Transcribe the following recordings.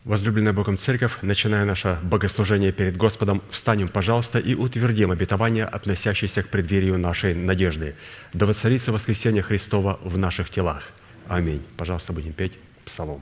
Возлюбленная Богом Церковь, начиная наше богослужение перед Господом, встанем, пожалуйста, и утвердим обетование, относящееся к преддверию нашей надежды. Да воцарится воскресение Христова в наших телах. Аминь. Пожалуйста, будем петь псалом.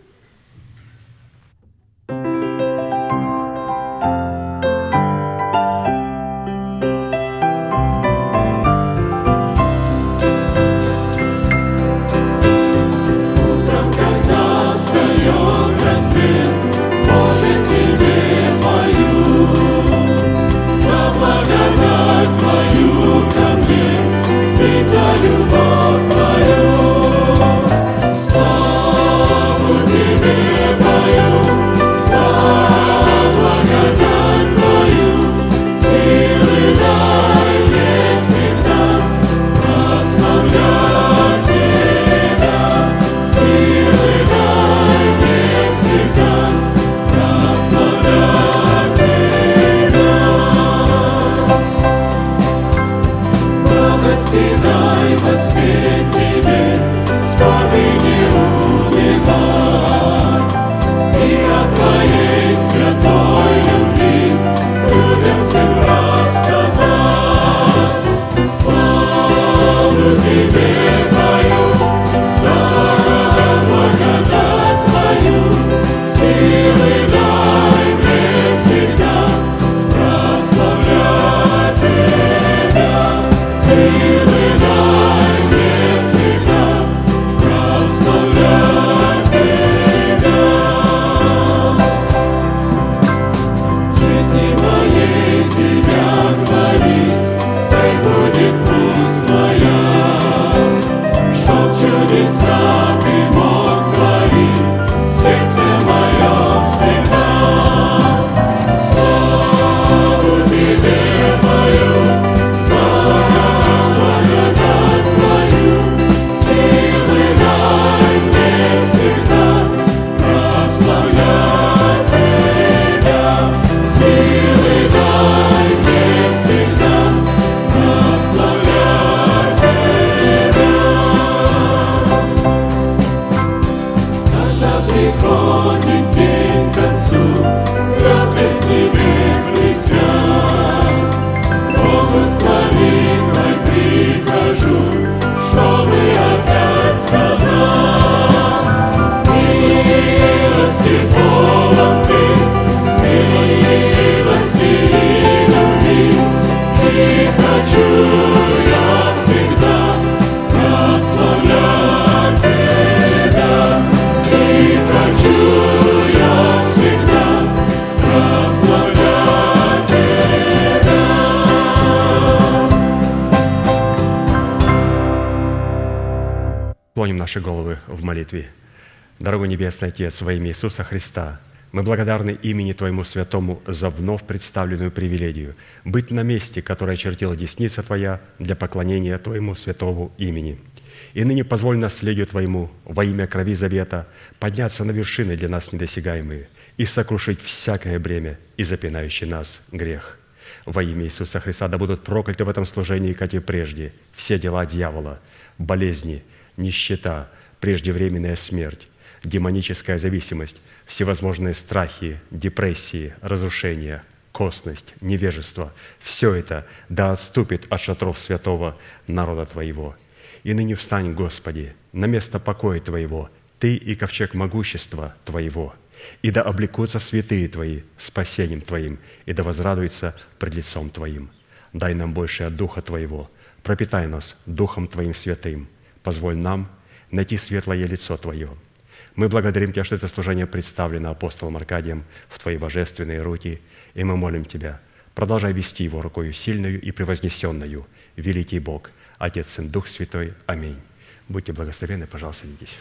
Наши головы в молитве. Дорогой Небесный Отец, во имя Иисуса Христа, мы благодарны имени Твоему Святому за вновь представленную привилегию быть на месте, которое очертила десница Твоя для поклонения Твоему святому имени. И ныне позволь наследию Твоему во имя крови завета подняться на вершины для нас недосягаемые и сокрушить всякое бремя и запинающий нас грех. Во имя Иисуса Христа да будут прокляты в этом служении, как и прежде, все дела дьявола, болезни, нищета, преждевременная смерть, демоническая зависимость, всевозможные страхи, депрессии, разрушения, косность, невежество – все это да отступит от шатров святого народа Твоего. И ныне встань, Господи, на место покоя Твоего, Ты и ковчег могущества Твоего, и да облекутся святые Твои спасением Твоим, и да возрадуются пред лицом Твоим. Дай нам больше от Духа Твоего, пропитай нас Духом Твоим святым, позволь нам найти светлое лицо Твое. Мы благодарим Тебя, что это служение представлено апостолом Аркадием в Твои божественные руки, и мы молим Тебя, продолжай вести его рукою сильную и превознесенную, великий Бог, Отец, Сын, Дух Святой. Аминь. Будьте благословенны, пожалуйста, садитесь.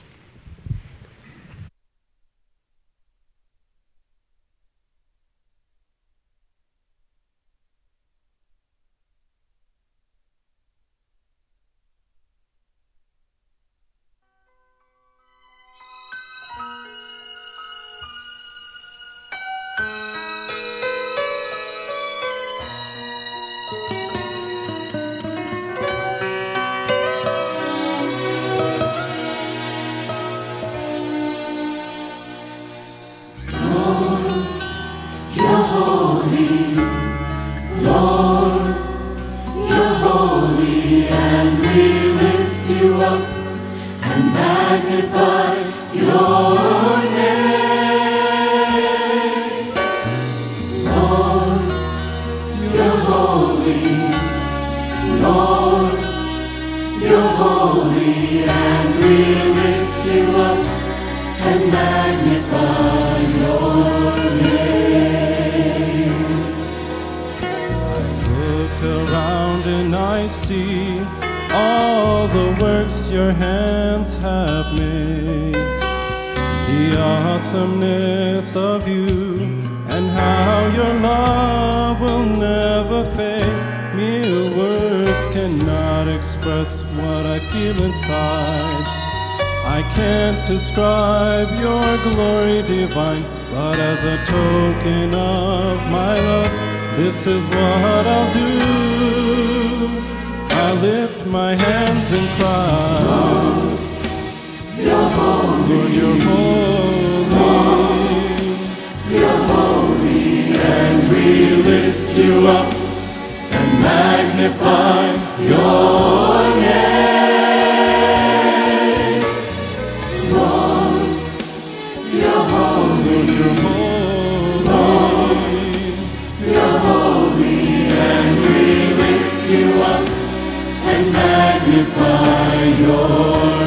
wonders your hands have made, the awesomeness of you, and how your love will never fade. Mere words cannot express what I feel inside. I can't describe your glory divine, but as a token of my love, this is what I'll do. I lift my hands and cry, Lord, you're holy. Lord, you're holy. You're holy. And we lift you up and magnify your name. Lord, you're holy. You're holy. You're holy. And we lift you up and magnify your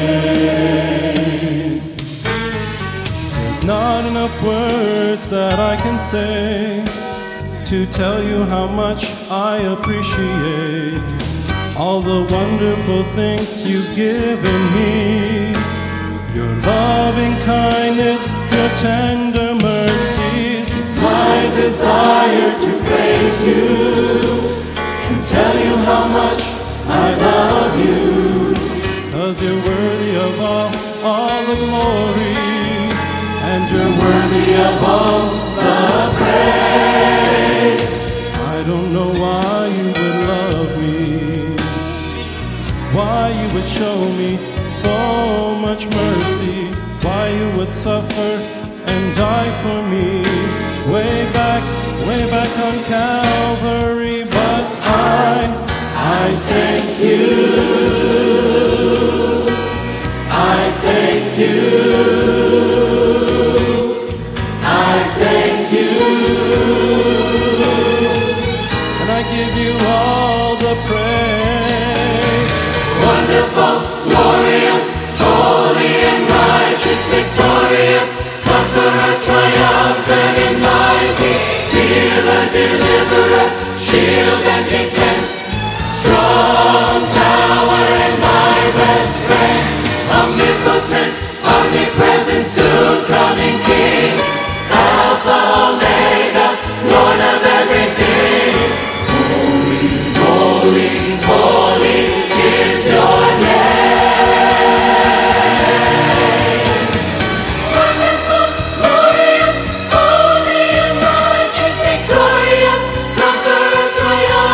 name. There's not enough words that I can say to tell you how much I appreciate all the wonderful things you've given me. Your loving kindness, your tender mercies. It's my desire to praise you and tell you how much I love you, 'cause you're worthy of all the glory, and you're worthy of all the praise. I don't know why you would love me, why you would show me so much mercy, why you would suffer and die for me way back on Calvary. But I thank you. I thank you. I thank you. And I give you all the praise. Wonderful, glorious, holy and righteous, victorious, conqueror, triumphant and mighty, healer, deliverer, shield and defense, strong tower and my best friend, omnipotent, omnipresent, soon coming King, Alpha, Omega, Lord of everything. Holy, holy, holy is your name. Wonderful, glorious, holy and righteous, victorious, conqueror, triumphant.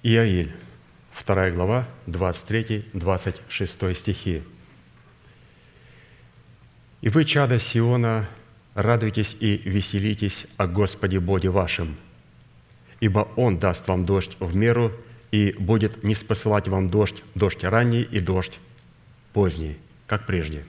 Иаиль, 2 глава, 23-26 стихи. «И вы, чада Сиона, радуйтесь и веселитесь о Господе Боге вашем, ибо Он даст вам дождь в меру и будет ниспосылать вам дождь ранний и дождь поздний, как прежде.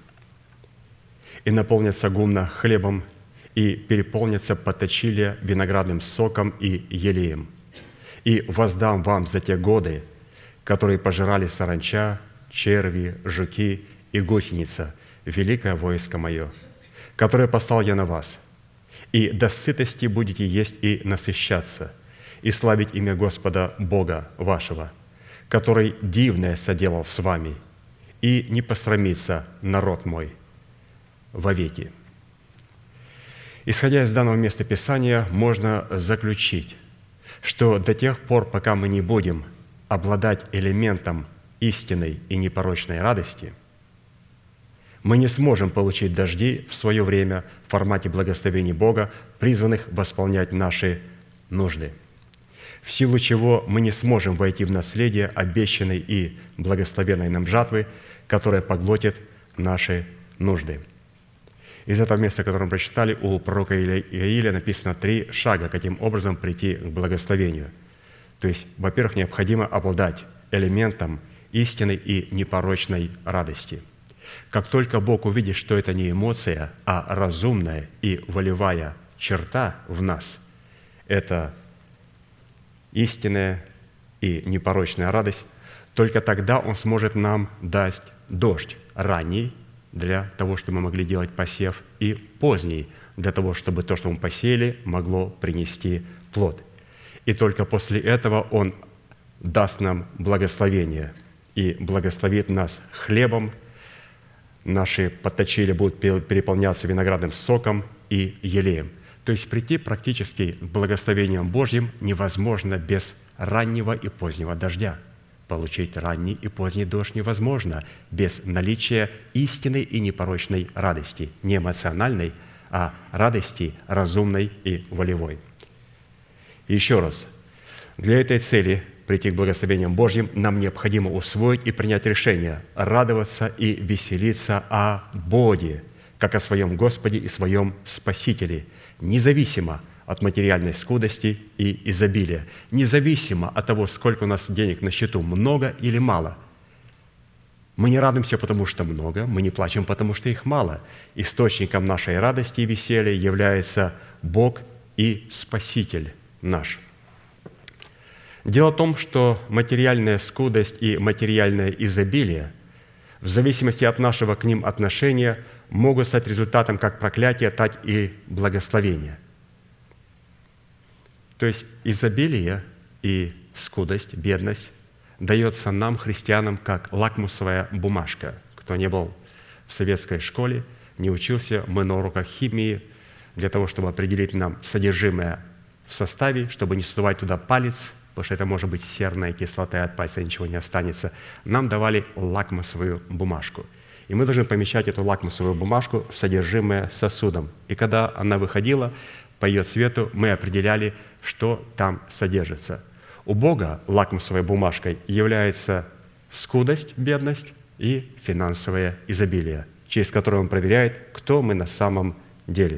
И наполнятся гумна хлебом, и переполнятся поточилья виноградным соком и елеем. И воздам вам за те годы, которые пожирали саранча, черви, жуки и гусеница, великое войско мое, которое послал я на вас. И до сытости будете есть и насыщаться, и славить имя Господа Бога вашего, который дивное соделал с вами, и не посрамится народ мой вовеки». Исходя из данного места Писания, можно заключить, что до тех пор, пока мы не будем обладать элементом истинной и непорочной радости, мы не сможем получить дожди в свое время в формате благословений Бога, призванных восполнять наши нужды, в силу чего мы не сможем войти в наследие обещанной и благословенной нам жатвы, которая поглотит наши нужды. Из этого места, которое мы прочитали, у пророка Иаиля написано 3 шага, каким образом прийти к благословению. То есть, во-первых, необходимо обладать элементом истинной и непорочной радости. Как только Бог увидит, что это не эмоция, а разумная и волевая черта в нас, это истинная и непорочная радость, только тогда Он сможет нам дать дождь ранний, для того, чтобы мы могли делать посев, и поздний, для того, чтобы то, что мы посеяли, могло принести плод. И только после этого Он даст нам благословение и благословит нас хлебом, наши подточили будут переполняться виноградным соком и елеем. То есть прийти практически к благословениям Божьим невозможно без раннего и позднего дождя. Получить ранний и поздний дождь невозможно без наличия истинной и непорочной радости, не эмоциональной, а радости разумной и волевой. Еще раз, для этой цели прийти к благословениям Божьим нам необходимо усвоить и принять решение радоваться и веселиться о Боге, как о своем Господе и своем Спасителе, независимо от материальной скудости и изобилия, независимо от того, сколько у нас денег на счету, много или мало. Мы не радуемся, потому что много, мы не плачем, потому что их мало. Источником нашей радости и веселья является Бог и Спаситель наш. Дело в том, что материальная скудость и материальное изобилие, в зависимости от нашего к ним отношения, могут стать результатом как проклятия, так и благословения. То есть изобилие и скудость, бедность дается нам, христианам, как лакмусовая бумажка. Кто не был в советской школе, не учился, мы на уроках химии, для того, чтобы определить нам содержимое в составе, чтобы не сдувать туда палец, потому что это может быть серная кислота, и от пальца ничего не останется, нам давали лакмусовую бумажку. И мы должны помещать эту лакмусовую бумажку в содержимое сосудом. И когда она выходила, по ее цвету мы определяли, что там содержится. У Бога лакмусовой бумажкой является скудость, бедность и финансовое изобилие, через которое Он проверяет, кто мы на самом деле.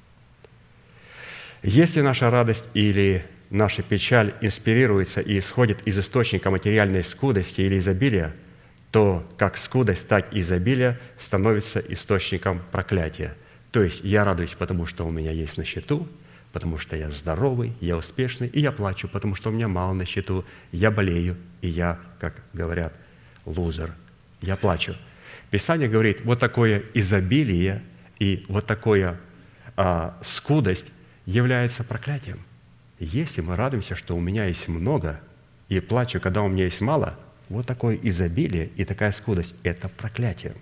Если наша радость или наша печаль инспирируется и исходит из источника материальной скудости или изобилия, то как скудость, так и изобилие становится источником проклятия. То есть я радуюсь, потому что у меня есть на счету, потому что я здоровый, я успешный, и я плачу, потому что у меня мало на счету, я болею, и я, как говорят, лузер, я плачу. Писание говорит, вот такое изобилие и вот такая скудость является проклятием. Если мы радуемся, что у меня есть много, и плачу, когда у меня есть мало, вот такое изобилие и такая скудость – это проклятие.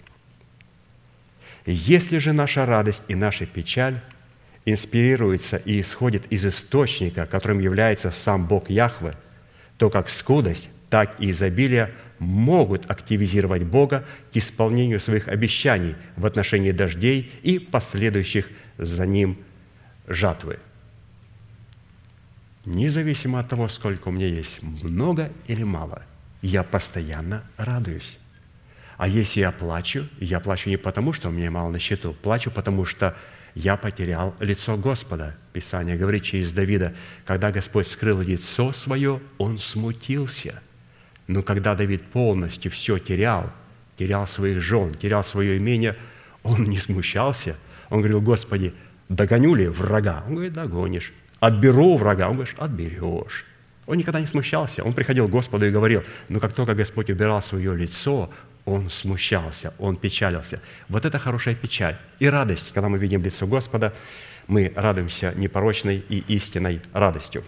Если же наша радость и наша печаль инспирируется и исходит из источника, которым является сам Бог Яхве, то как скудость, так и изобилие могут активизировать Бога к исполнению своих обещаний в отношении дождей и последующих за ним жатвы. независимо от того, сколько у меня есть, много или мало, я постоянно радуюсь. А если я плачу не потому, что у меня мало на счету, плачу, потому что я потерял лицо Господа. Писание говорит через Давида, когда Господь скрыл лицо свое, он смутился. Но когда Давид полностью все терял своих жен, терял свое имение, он не смущался. Он говорил: Господи, догоню ли врага? Он говорит: догонишь. Отберу врага? Он говорит: отберешь. Он никогда не смущался. Он приходил к Господу и говорил, но как только Господь убирал свое лицо, он смущался, он печалился. Вот это хорошая печаль и радость. Когда мы видим лицо Господа, мы радуемся непорочной и истинной радостью.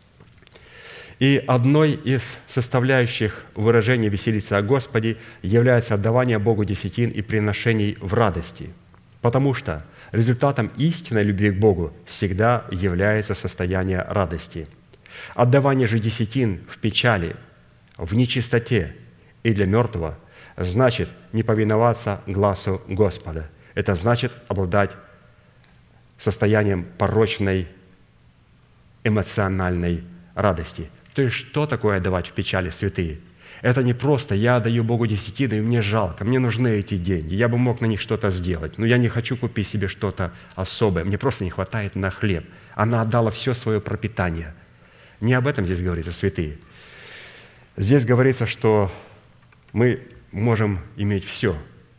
И одной из составляющих выражения «веселиться о Господе» является отдавание Богу десятин и приношений в радости, потому что результатом истинной любви к Богу всегда является состояние радости. Отдавание же десятин в печали, в нечистоте и для мертвого значит не повиноваться гласу Господа. Это значит обладать состоянием порочной эмоциональной радости. То есть что такое отдавать в печали, святые? Это не просто «я отдаю Богу десятину, и мне жалко, мне нужны эти деньги, я бы мог на них что-то сделать, но я не хочу купить себе что-то особое, мне просто не хватает на хлеб». Она отдала все свое пропитание. Не об этом здесь говорится, святые. Здесь говорится, что мы можем иметь все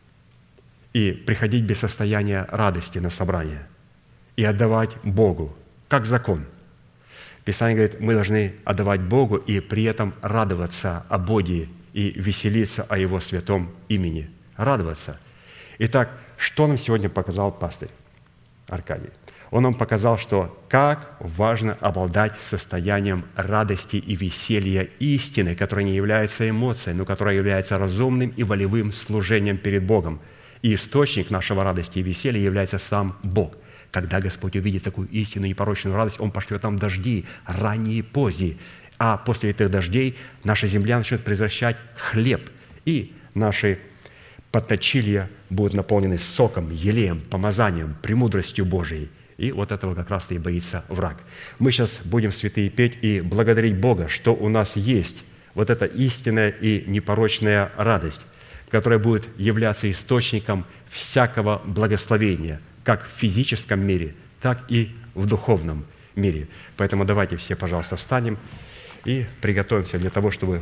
и приходить без состояния радости на собрание и отдавать Богу, как закон. Писание говорит, мы должны отдавать Богу и при этом радоваться о Боге и веселиться о Его святом имени. Радоваться. Итак, что нам сегодня показал пастырь Аркадий? Он нам показал, что как важно обладать состоянием радости и веселья истины, которая не является эмоцией, но которая является разумным и волевым служением перед Богом. И источник нашего радости и веселья является сам Бог. Когда Господь увидит такую истинную и непорочную радость, Он пошлет нам дожди, ранние и поздние. А после этих дождей наша земля начнет произвращать хлеб, и наши подточилья будут наполнены соком, елеем, помазанием, премудростью Божией. И вот этого как раз-то и боится враг. Мы сейчас будем, святые, петь и благодарить Бога, что у нас есть вот эта истинная и непорочная радость, которая будет являться источником всякого благословения, как в физическом мире, так и в духовном мире. Поэтому давайте все, пожалуйста, встанем и приготовимся для того, чтобы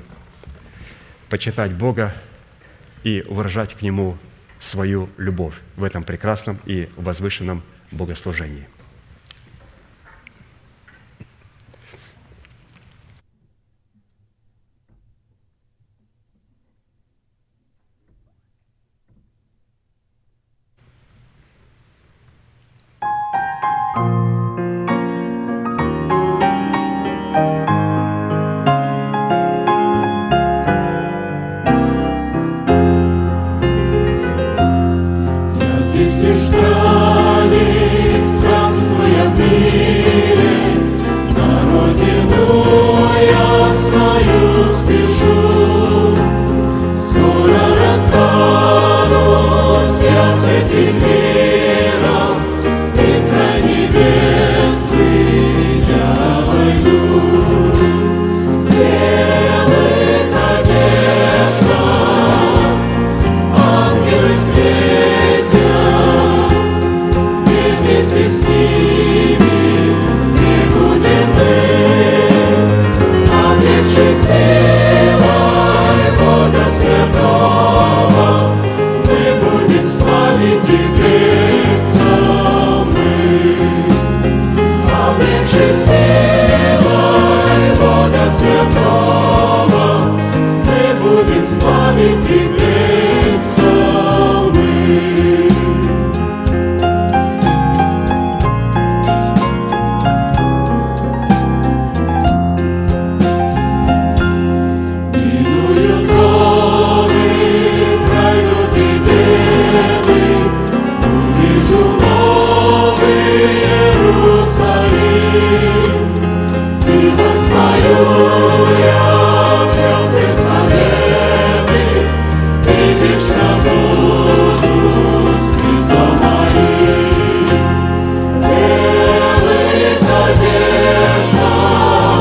почитать Бога и выражать к Нему свою любовь в этом прекрасном и возвышенном богослужении. Одежда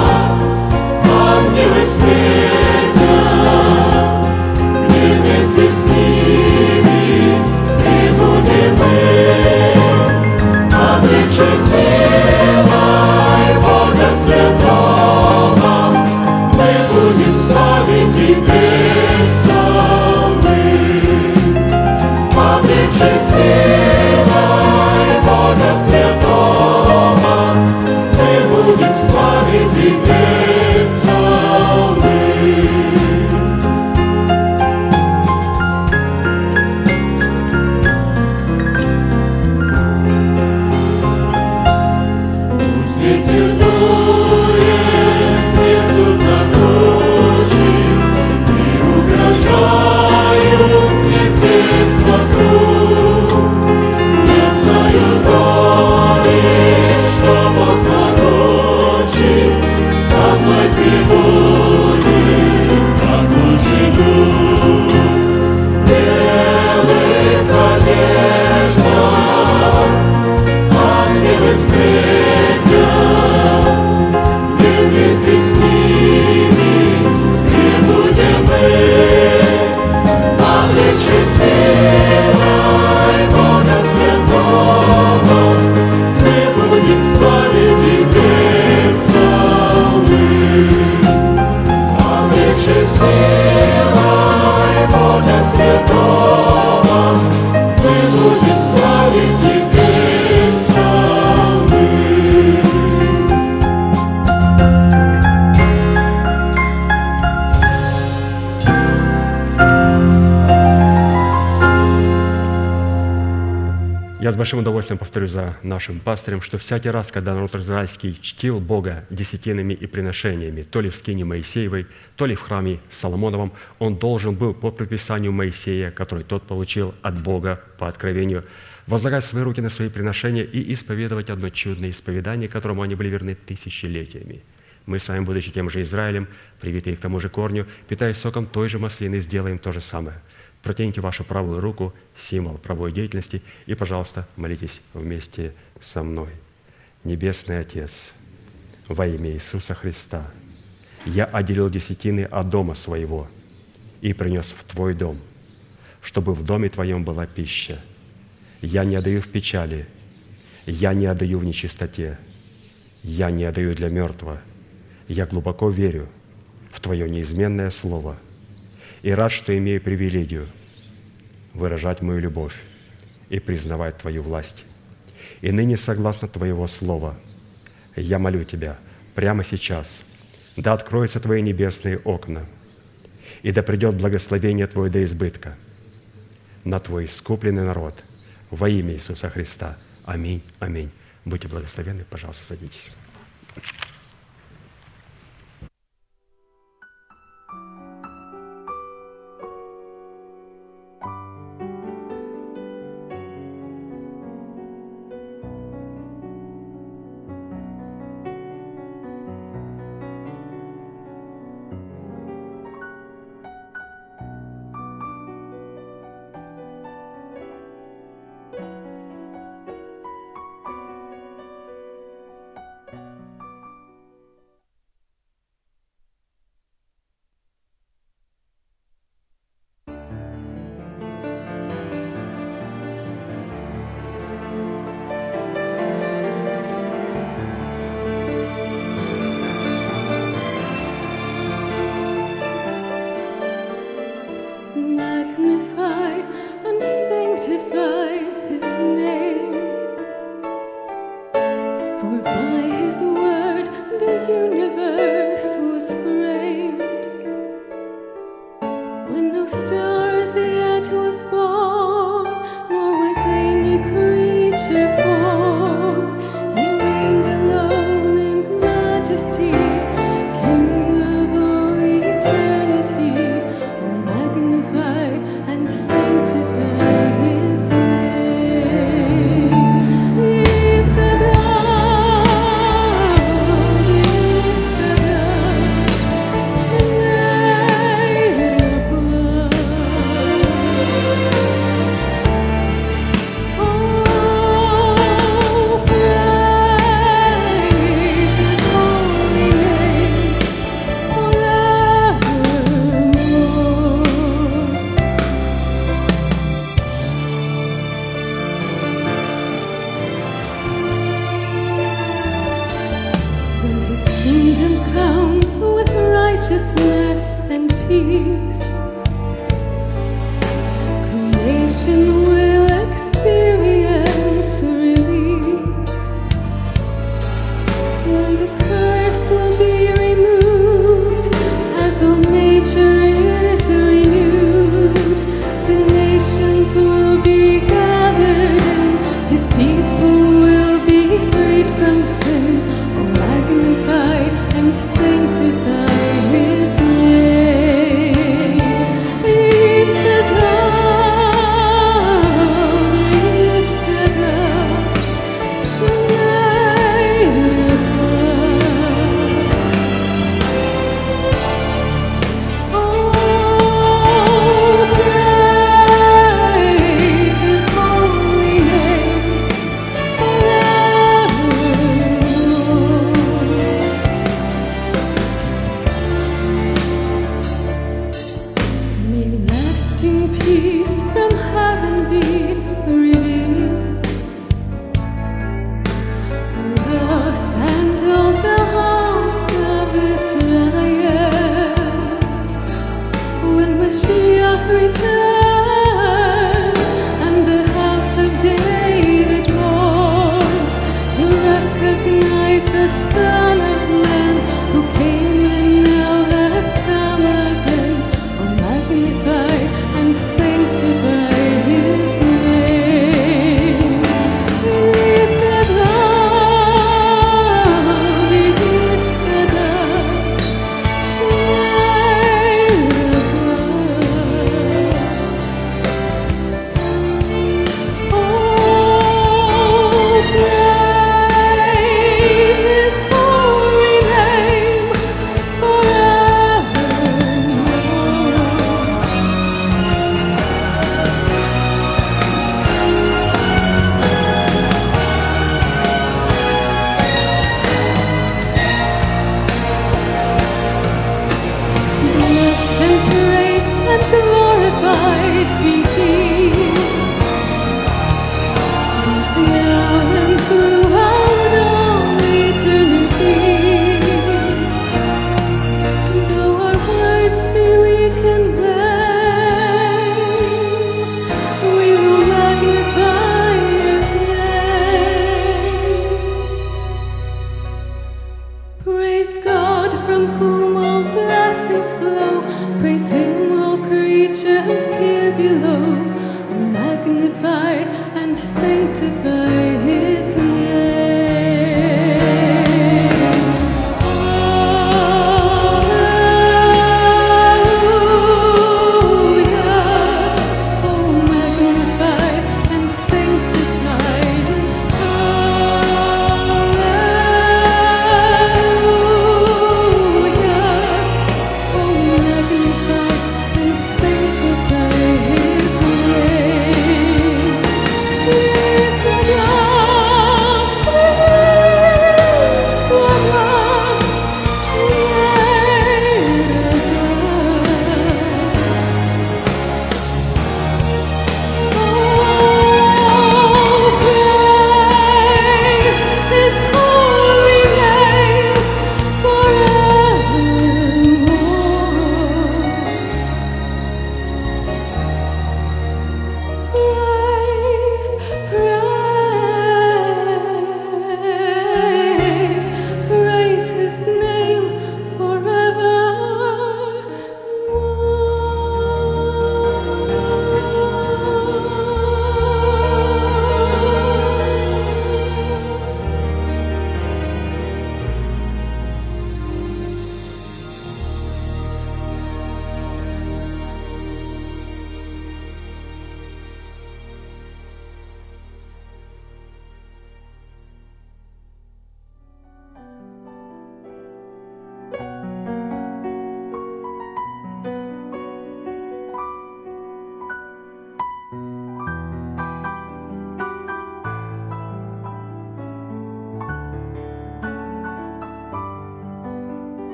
Я с большим удовольствием повторю за нашим пастырем, что всякий раз, когда народ израильский чтил Бога десятинами и приношениями, то ли в скине Моисеевой, то ли в храме Соломоновом, он должен был по предписанию Моисея, который тот получил от Бога по откровению, возлагать свои руки на свои приношения и исповедовать одно чудное исповедание, которому они были верны тысячелетиями. Мы с вами, будучи тем же Израилем, привитые к тому же корню, питаясь соком той же маслины, сделаем то же самое. Протяните вашу правую руку, символ правовой деятельности, и, пожалуйста, молитесь вместе со мной. Небесный Отец, во имя Иисуса Христа, я отделил десятины от дома своего и принес в Твой дом, чтобы в доме Твоем была пища. Я не отдаю в печали, я не отдаю в нечистоте, я не отдаю для мертвого. Я глубоко верю в Твое неизменное Слово и рад, что имею привилегию выражать мою любовь и признавать Твою власть. И ныне, согласно Твоего Слова, я молю Тебя прямо сейчас, да откроются Твои небесные окна, и да придет благословение Твое до избытка на Твой искупленный народ во имя Иисуса Христа. Аминь, аминь. Будьте благословенны, пожалуйста, садитесь.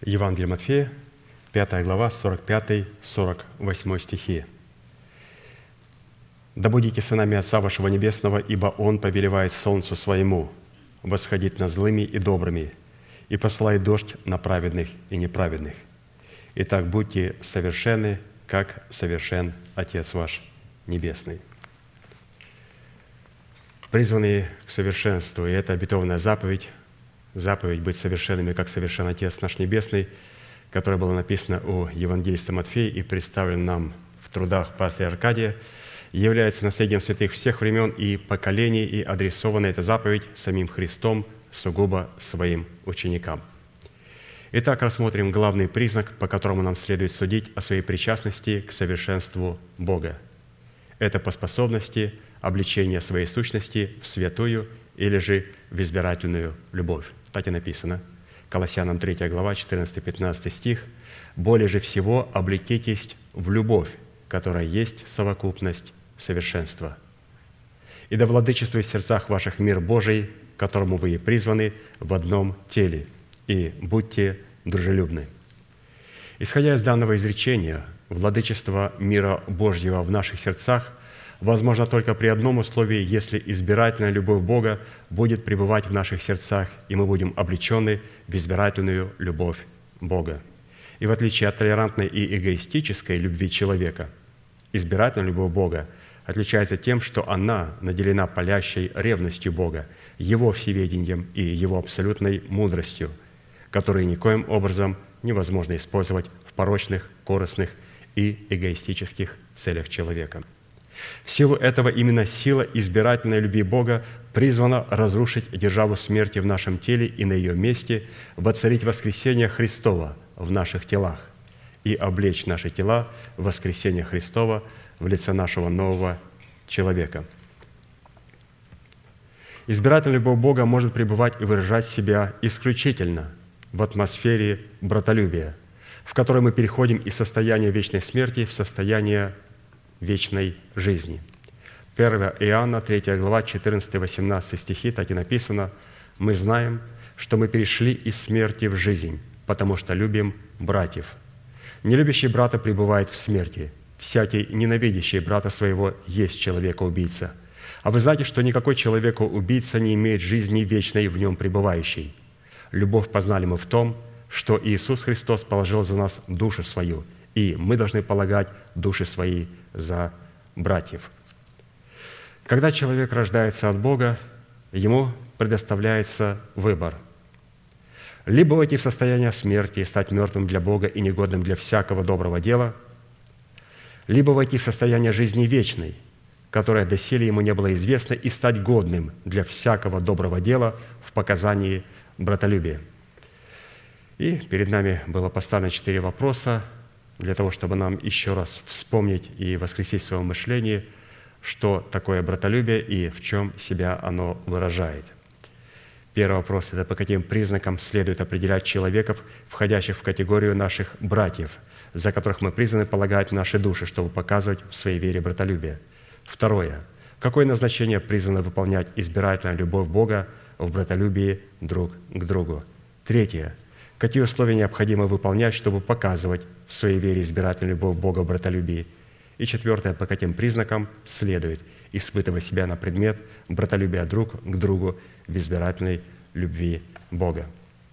Евангелие Матфея, 5 глава, 45-48 стихи. «Да будете сынами Отца вашего Небесного, ибо Он повелевает солнцу своему восходить над злыми и добрыми, и посылает дождь на праведных и неправедных. Итак, будьте совершенны, как совершен Отец ваш Небесный». Призванные к совершенству, и это обетованная заповедь быть совершенными, как совершен Отец наш Небесный, которое было написано у евангелиста Матфея и представлено нам в трудах пастыря Аркадия, является наследием святых всех времен и поколений, и адресована эта заповедь самим Христом сугубо своим ученикам. Итак, рассмотрим главный признак, по которому нам следует судить о своей причастности к совершенству Бога. Это по способности обличения своей сущности в святую или же в избирательную любовь. Так и написано, Колоссянам 3 глава, 14-15 стих, «Более же всего облекитесь в любовь, которая есть совокупность совершенства. И да владычествует в сердцах ваших мир Божий, к которому вы и призваны в одном теле, и будьте дружелюбны». Исходя из данного изречения, владычество мира Божьего в наших сердцах возможно только при одном условии, если избирательная любовь Бога будет пребывать в наших сердцах, и мы будем облечены в избирательную любовь Бога. И в отличие от толерантной и эгоистической любви человека, избирательная любовь Бога отличается тем, что она наделена палящей ревностью Бога, Его всеведением и Его абсолютной мудростью, которые никоим образом невозможно использовать в порочных, корыстных и эгоистических целях человека. В силу этого именно сила избирательной любви Бога призвана разрушить державу смерти в нашем теле и на ее месте воцарить воскресение Христова в наших телах и облечь наши тела в воскресение Христова в лице нашего нового человека. Избирательная любовь Бога может пребывать и выражать себя исключительно в атмосфере братолюбия, в которой мы переходим из состояния вечной смерти в состояние вечной жизни. 1 Иоанна, 3 глава, 14-18 стихи, так и написано, «Мы знаем, что мы перешли из смерти в жизнь, потому что любим братьев. Нелюбящий брата пребывает в смерти. Всякий ненавидящий брата своего есть человека-убийца. А вы знаете, что никакой человека-убийца не имеет жизни вечной в нем пребывающей. Любовь познали мы в том, что Иисус Христос положил за нас душу свою, и мы должны полагать души свои за братьев». Когда человек рождается от Бога, ему предоставляется выбор. Либо войти в состояние смерти и стать мертвым для Бога и негодным для всякого доброго дела, либо войти в состояние жизни вечной, которое доселе ему не было известно, и стать годным для всякого доброго дела в показании братолюбия. И перед нами было поставлено 4 вопроса, для того, чтобы нам еще раз вспомнить и воскресить в своем мышлении, что такое братолюбие и в чем себя оно выражает. Первый вопрос – это по каким признакам следует определять человеков, входящих в категорию наших братьев, за которых мы призваны полагать наши души, чтобы показывать в своей вере братолюбие. Второе – какое назначение призвано выполнять избирательная любовь Бога в братолюбии друг к другу. Третье – какие условия необходимо выполнять, чтобы показывать в своей вере избирательную любовь Бога в братолюбии. И четвертое, по каким признакам следует испытывать себя на предмет братолюбия друг к другу в избирательной любви Бога.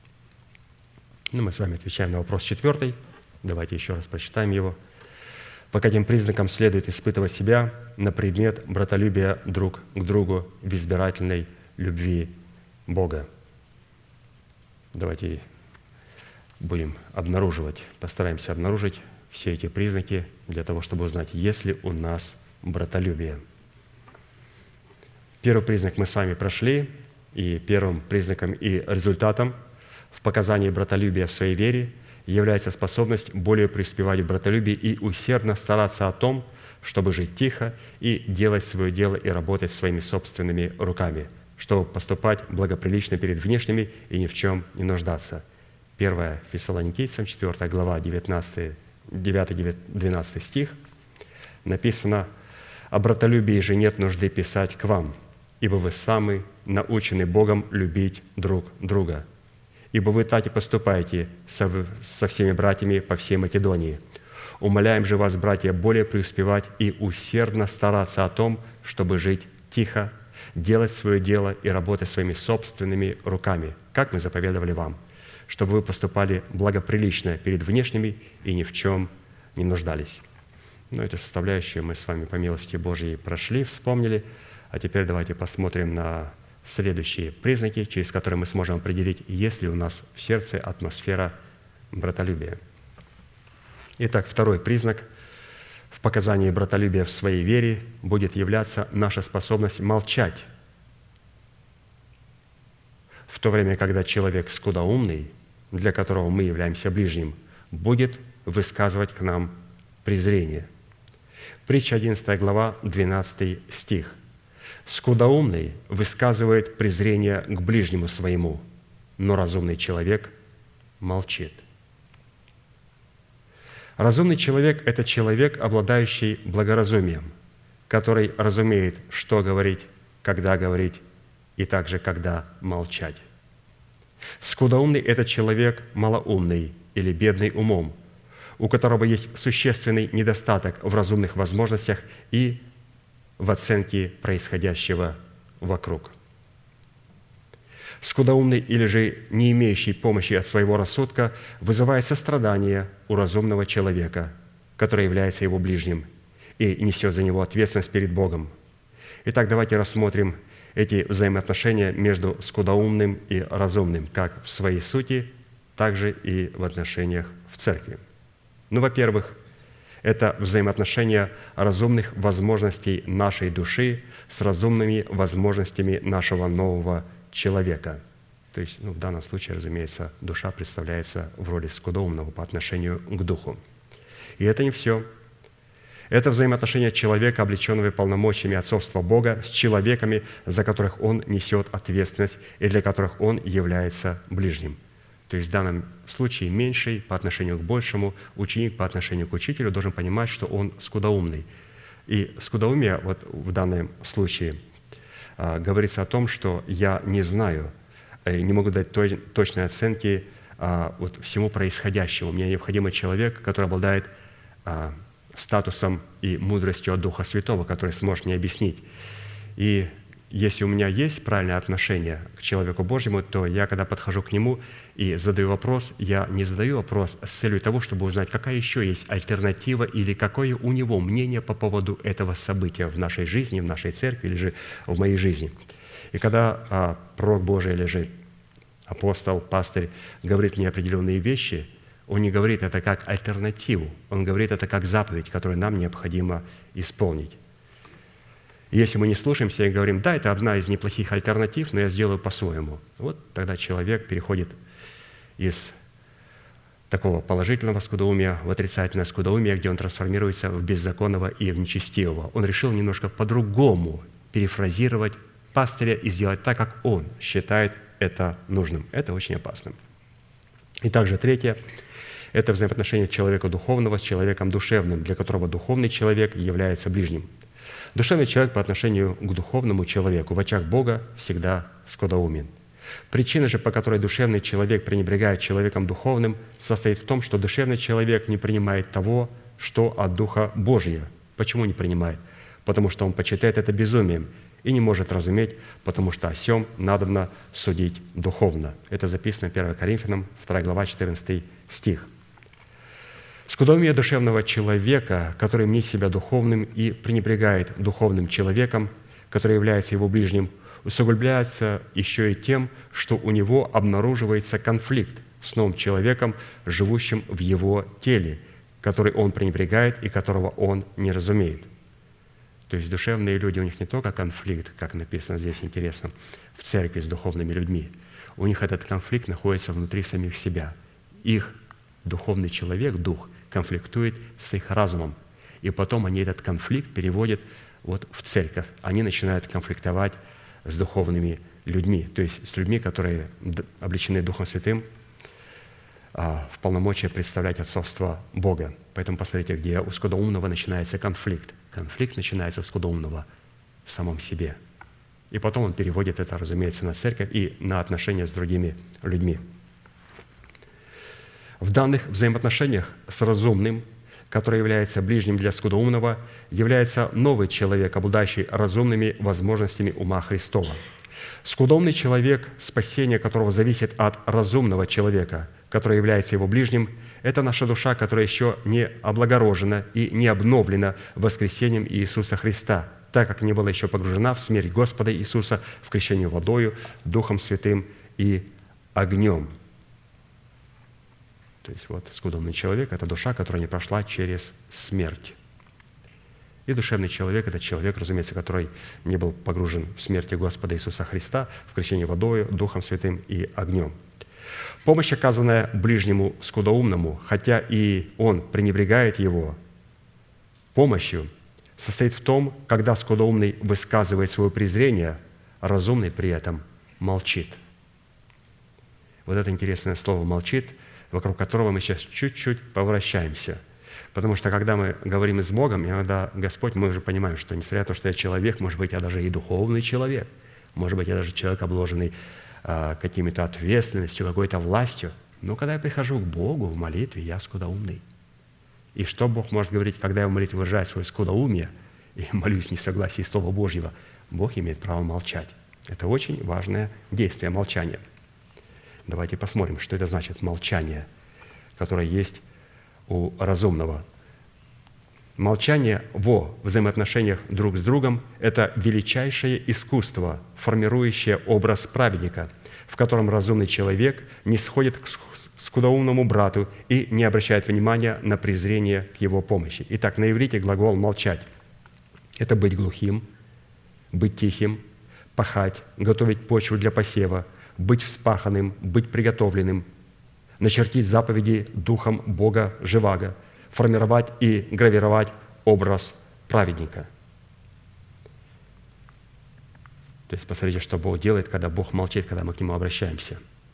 Мы с вами отвечаем на вопрос 4. Давайте еще раз прочитаем его. По каким признакам следует испытывать себя на предмет братолюбия друг к другу в избирательной любви Бога. Давайте будем постараемся обнаружить все эти признаки для того, чтобы узнать, есть ли у нас братолюбие. Первый признак мы с вами прошли, и первым признаком и результатом в показании братолюбия в своей вере является способность более преуспевать в братолюбии и усердно стараться о том, чтобы жить тихо и делать свое дело и работать своими собственными руками, чтобы поступать благоприлично перед внешними и ни в чем не нуждаться. 1 Фессалоникийцам, 4 глава, 9-12 стих, написано: «О братолюбии же нет нужды писать к вам, ибо вы сами научены Богом любить друг друга. ибо вы так и поступаете со всеми братьями по всей Македонии. Умоляем же вас, братья, более преуспевать и усердно стараться о том, чтобы жить тихо, делать свое дело и работать своими собственными руками, как мы заповедовали вам, чтобы вы поступали благоприлично перед внешними и ни в чем не нуждались». Ну, эти составляющие мы с вами по милости Божьей прошли, вспомнили. А теперь давайте посмотрим на следующие признаки, через которые мы сможем определить, есть ли у нас в сердце атмосфера братолюбия. Итак, второй признак в показании братолюбия в своей вере будет являться наша способность молчать, в то время, когда человек скудоумный, для которого мы являемся ближним, будет высказывать к нам презрение. Притча 11 глава, 12 стих. «Скудоумный высказывает презрение к ближнему своему, но разумный человек молчит». Разумный человек – это человек, обладающий благоразумием, который разумеет, что говорить, когда говорить, и также когда молчать. Скудоумный – это человек малоумный или бедный умом, у которого есть существенный недостаток в разумных возможностях и в оценке происходящего вокруг. Скудоумный или же не имеющий помощи от своего рассудка вызывает сострадание у разумного человека, который является его ближним и несет за него ответственность перед Богом. Итак, давайте рассмотрим эти взаимоотношения между скудоумным и разумным, как в своей сути, так же и в отношениях в церкви. Ну, во-первых, это взаимоотношения разумных возможностей нашей души с разумными возможностями нашего нового человека. То есть, в данном случае, разумеется, душа представляется в роли скудоумного по отношению к духу. И это не все. Это взаимоотношения человека, облеченного полномочиями отцовства Бога, с человеками, за которых он несет ответственность и для которых он является ближним. То есть в данном случае меньший по отношению к большему, ученик по отношению к учителю должен понимать, что он скудоумный. И скудоумие вот в данном случае говорится о том, что я не знаю, не могу дать точной оценки вот всему происходящему. Мне необходим человек, который обладает статусом и мудростью от Духа Святого, который сможет мне объяснить. И если у меня есть правильное отношение к человеку Божьему, то я, когда подхожу к нему и задаю вопрос, я не задаю вопрос с целью того, чтобы узнать, какая еще есть альтернатива или какое у него мнение по поводу этого события в нашей жизни, в нашей церкви или же в моей жизни. И когда пророк Божий или же апостол, пастырь говорит мне определенные вещи, он не говорит это как альтернативу, он говорит это как заповедь, которую нам необходимо исполнить. Если мы не слушаемся и говорим, да, это одна из неплохих альтернатив, но я сделаю по-своему, вот тогда человек переходит из такого положительного скудоумия в отрицательное скудоумие, где он трансформируется в беззаконного и в нечестивого. Он решил немножко по-другому перефразировать пастыря и сделать так, как он считает это нужным. Это очень опасно. И также третье – это взаимоотношение человека духовного с человеком душевным, для которого духовный человек является ближним. Душевный человек по отношению к духовному человеку в очах Бога всегда скудоумен. Причина же, по которой душевный человек пренебрегает человеком духовным, состоит в том, что душевный человек не принимает того, что от Духа Божия. Почему не принимает? Потому что он почитает это безумием и не может разуметь, потому что о сем надобно судить духовно. Это записано 1 Коринфянам, 2 глава, 14 стих. Скудоумие душевного человека, который мнит себя духовным и пренебрегает духовным человеком, который является его ближним, усугубляется еще и тем, что у него обнаруживается конфликт с новым человеком, живущим в его теле, который он пренебрегает и которого он не разумеет. То есть душевные люди, у них не только конфликт, как написано здесь интересно, в церкви с духовными людьми. У них этот конфликт находится внутри самих себя. Их духовный человек, дух, конфликтует с их разумом. И потом они этот конфликт переводят вот в церковь. Они начинают конфликтовать с духовными людьми, то есть с людьми, которые облечены Духом Святым в полномочия представлять отцовство Бога. Поэтому посмотрите, где у скудоумного начинается конфликт. Конфликт начинается у скудоумного в самом себе. И потом он переводит это, разумеется, на церковь и на отношения с другими людьми. В данных взаимоотношениях с разумным, который является ближним для скудоумного, является новый человек, обладающий разумными возможностями ума Христова. Скудоумный человек, спасение которого зависит от разумного человека, который является его ближним, это наша душа, которая еще не облагорожена и не обновлена воскресением Иисуса Христа, так как не была еще погружена в смерть Господа Иисуса в крещении водою, Духом Святым и огнем. То есть вот скудоумный человек – это душа, которая не прошла через смерть. И душевный человек – это человек, разумеется, который не был погружен в смерть Господа Иисуса Христа, в крещении водою, Духом Святым и огнем. Помощь, оказанная ближнему скудоумному, хотя и он пренебрегает его помощью, состоит в том, когда скудоумный высказывает свое презрение, а разумный при этом молчит. Вот это интересное слово «молчит», вокруг которого мы сейчас чуть-чуть повращаемся. Потому что, когда мы говорим с Богом, иногда Господь, мы уже понимаем, что несмотря на то, что я человек, может быть, я даже и духовный человек, может быть, я даже человек, обложенный какими-то ответственностью, какой-то властью, но когда я прихожу к Богу в молитве, я скудоумный. И что Бог может говорить, когда я в молитве выражаю свое скудоумие и молюсь в несогласии Слова Божьего? Бог имеет право молчать. Это очень важное действие, молчание. Давайте посмотрим, что это значит молчание, которое есть у разумного. Молчание во взаимоотношениях друг с другом – это величайшее искусство, формирующее образ праведника, в котором разумный человек не сходит к скудоумному брату и не обращает внимания на презрение к его помощи. Итак, на иврите глагол «молчать» – это быть глухим, быть тихим, пахать, готовить почву для посева, быть вспаханным, быть приготовленным, начертить заповеди Духом Бога Живаго, формировать и гравировать образ праведника. То есть посмотрите, что Бог делает, когда Бог молчит, когда мы к Нему обращаемся.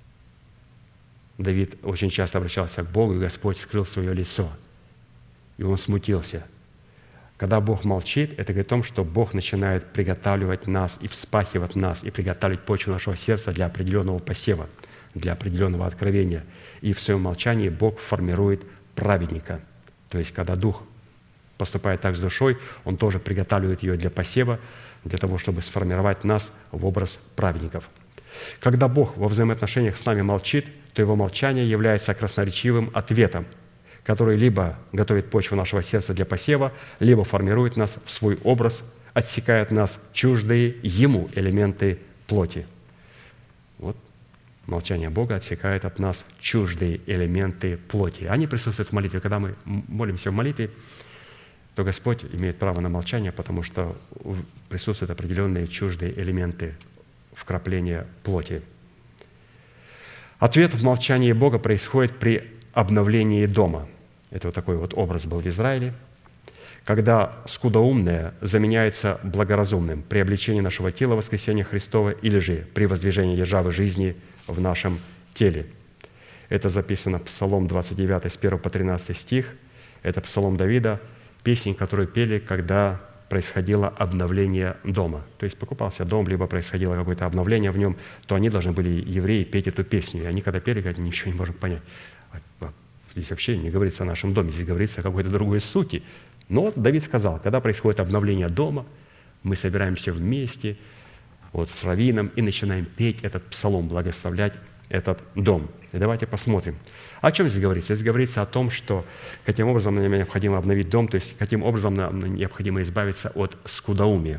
Давид очень часто обращался к Богу, и Господь скрыл свое лицо, и он смутился. Когда Бог молчит, это говорит о том, что Бог начинает приготавливать нас и вспахивать нас, и приготавливать почву нашего сердца для определенного посева, для определенного откровения. И в своем молчании Бог формирует праведника. То есть, когда Дух поступает так с душой, Он тоже приготавливает ее для посева, для того, чтобы сформировать нас в образ праведников. Когда Бог во взаимоотношениях с нами молчит, то Его молчание является красноречивым ответом, который либо готовит почву нашего сердца для посева, либо формирует нас в свой образ, отсекает нас чуждые Ему элементы плоти. Вот молчание Бога отсекает от нас чуждые элементы плоти. Они присутствуют в молитве. Когда мы молимся в молитве, то Господь имеет право на молчание, потому что присутствуют определенные чуждые элементы вкрапления плоти. Ответ в молчании Бога происходит при обновлении дома. Это вот такой вот образ был в Израиле, когда скудоумное заменяется благоразумным при обличении нашего тела воскресения Христова или же при воздвижении державы жизни в нашем теле. Это записано в Псалом 29, с 1 по 13 стих. Это Псалом Давида, песнь, которую пели, когда происходило обновление дома. То есть покупался дом, либо происходило какое-то обновление в нем, то они должны были, евреи, петь эту песню. И они, когда пели, говорят, ничего не можем понять. Здесь вообще не говорится о нашем доме, здесь говорится о какой-то другой сути. Но вот Давид сказал, когда происходит обновление дома, мы собираемся вместе вот с раввином и начинаем петь этот псалом, благословлять этот дом. И давайте посмотрим. О чем здесь говорится? Здесь говорится о том, что каким образом нам необходимо обновить дом, то есть каким образом нам необходимо избавиться от скудоумия,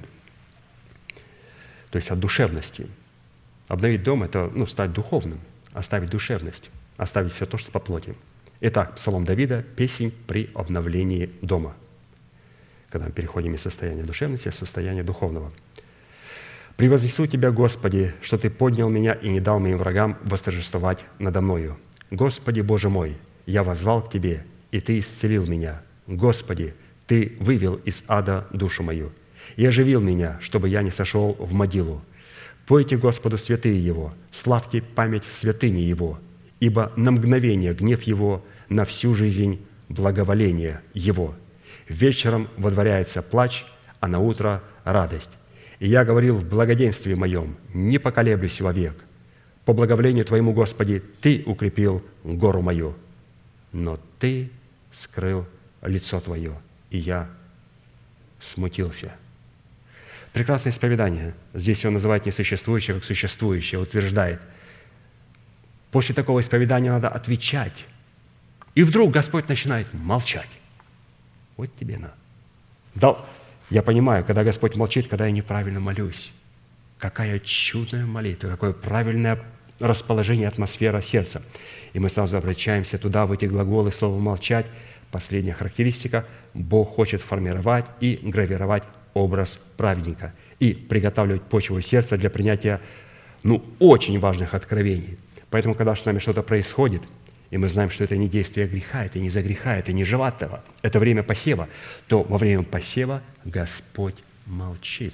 то есть от душевности. Обновить дом – это стать духовным, оставить душевность, оставить все то, что по плоти. Итак, Псалом Давида – песнь при обновлении дома, когда мы переходим из состояния душевности в состояние духовного. «Превознесу Тебя, Господи, что Ты поднял меня и не дал моим врагам восторжествовать надо мною. Господи, Боже мой, я воззвал к Тебе, и Ты исцелил меня. Господи, Ты вывел из ада душу мою и оживил меня, чтобы я не сошел в могилу. Пойте Господу святые Его, славьте память святыни Его, ибо на мгновение гнев Его, на всю жизнь благоволение Его. Вечером водворяется плач, а на утро радость. И я говорил в благоденствии моем, не поколеблюсь вовек. По благоволению Твоему, Господи, Ты укрепил гору мою». но Ты скрыл лицо Твое, и я смутился». Прекрасное исповедание. Здесь он называет несуществующее как существующее, утверждает. После такого исповедания надо отвечать. И вдруг Господь начинает молчать. Вот тебе на. Да, я понимаю, когда Господь молчит, когда я неправильно молюсь. Какая чудная молитва, какое правильное расположение, атмосфера сердца. И мы сразу обращаемся туда, в эти глаголы, слово «молчать». Последняя характеристика – Бог хочет формировать и гравировать образ праведника и приготавливать почву сердца для принятия очень важных откровений. Поэтому, когда с нами что-то происходит, и мы знаем, что это не действие греха, это не за греха, это не животного, это время посева, то во время посева Господь молчит.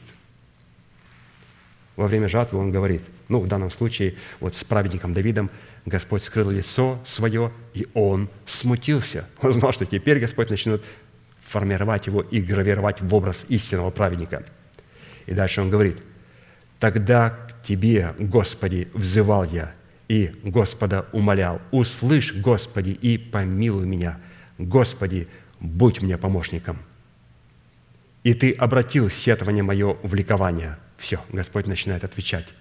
Во время жатвы Он говорит, в данном случае вот с праведником Давидом Господь скрыл лицо свое, и он смутился. Он знал, что теперь Господь начнет формировать его и гравировать в образ истинного праведника. И дальше он говорит, «Тогда к Тебе, Господи, взывал я, и Господа умолял. Услышь, Господи, и помилуй меня. Господи, будь мне помощником. И Ты обратил сетование мое в ликование». Все, Господь начинает отвечать.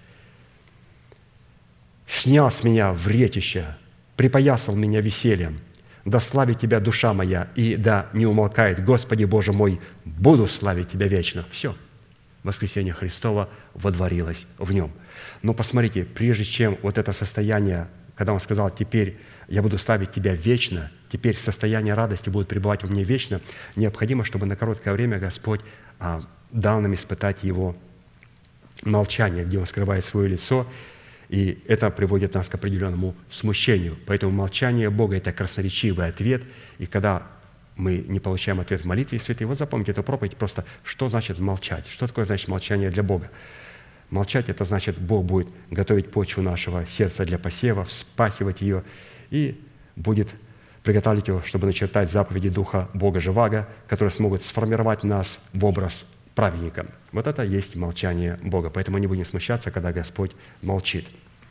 «Снял с меня вретище, припоясал меня весельем. Да славит Тебя душа моя, и да не умолкает, Господи Боже мой, буду славить Тебя вечно». Все, воскресение Христова водворилось в нем. Но посмотрите, прежде чем вот это состояние, когда Он сказал, теперь я буду славить Тебя вечно, теперь состояние радости будет пребывать во мне вечно, необходимо, чтобы на короткое время Господь дал нам испытать Его молчание, где Он скрывает свое лицо, и это приводит нас к определенному смущению. Поэтому молчание Бога – это красноречивый ответ, и когда мы не получаем ответ в молитве святые, вот запомните эту проповедь просто, что значит молчать, что такое значит молчание для Бога. Молчать – это значит, Бог будет готовить почву нашего сердца для посева, вспахивать ее, и будет приготовить его, чтобы начертать заповеди Духа Бога Живаго, которые смогут сформировать нас в образ праведника. Вот это есть молчание Бога. Поэтому не будем смущаться, когда Господь молчит.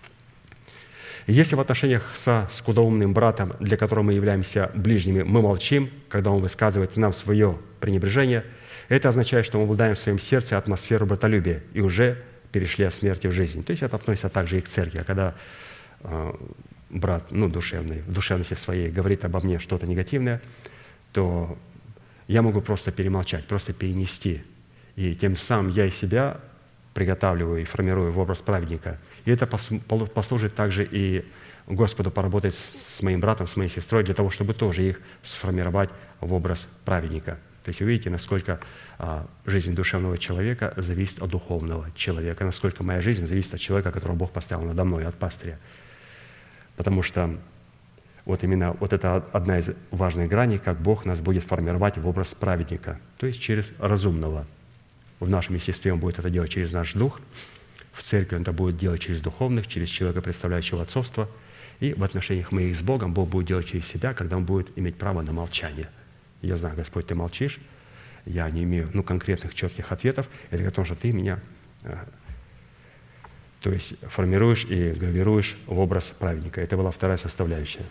Если в отношениях со скудоумным братом, для которого мы являемся ближними, мы молчим, когда он высказывает нам свое пренебрежение, это означает, что мы обладаем в своем сердце атмосферу братолюбия и уже перешли от смерти в жизнь. То есть это относится также и к церкви. А когда брат, душевный, в душевности своей говорит обо мне что-то негативное, то я могу просто перемолчать, просто перенести. И тем самым я и себя приготавливаю и формирую в образ праведника. И это послужит также и Господу поработать с моим братом, с моей сестрой, для того, чтобы тоже их сформировать в образ праведника. То есть вы видите, насколько жизнь душевного человека зависит от духовного человека, насколько моя жизнь зависит от человека, которого Бог поставил надо мной, от пастыря. Потому что вот именно вот это одна из важных граней, как Бог нас будет формировать в образ праведника, то есть через разумного. В нашем естестве Он будет это делать через наш дух, в церкви Он это будет делать через духовных, через человека, представляющего отцовство, и в отношениях моих с Богом Бог будет делать через себя, когда Он будет иметь право на молчание. Я знаю, Господь, Ты молчишь, я не имею конкретных четких ответов, это о том, что Ты меня формируешь и гравируешь в образ праведника. Это была вторая составляющая.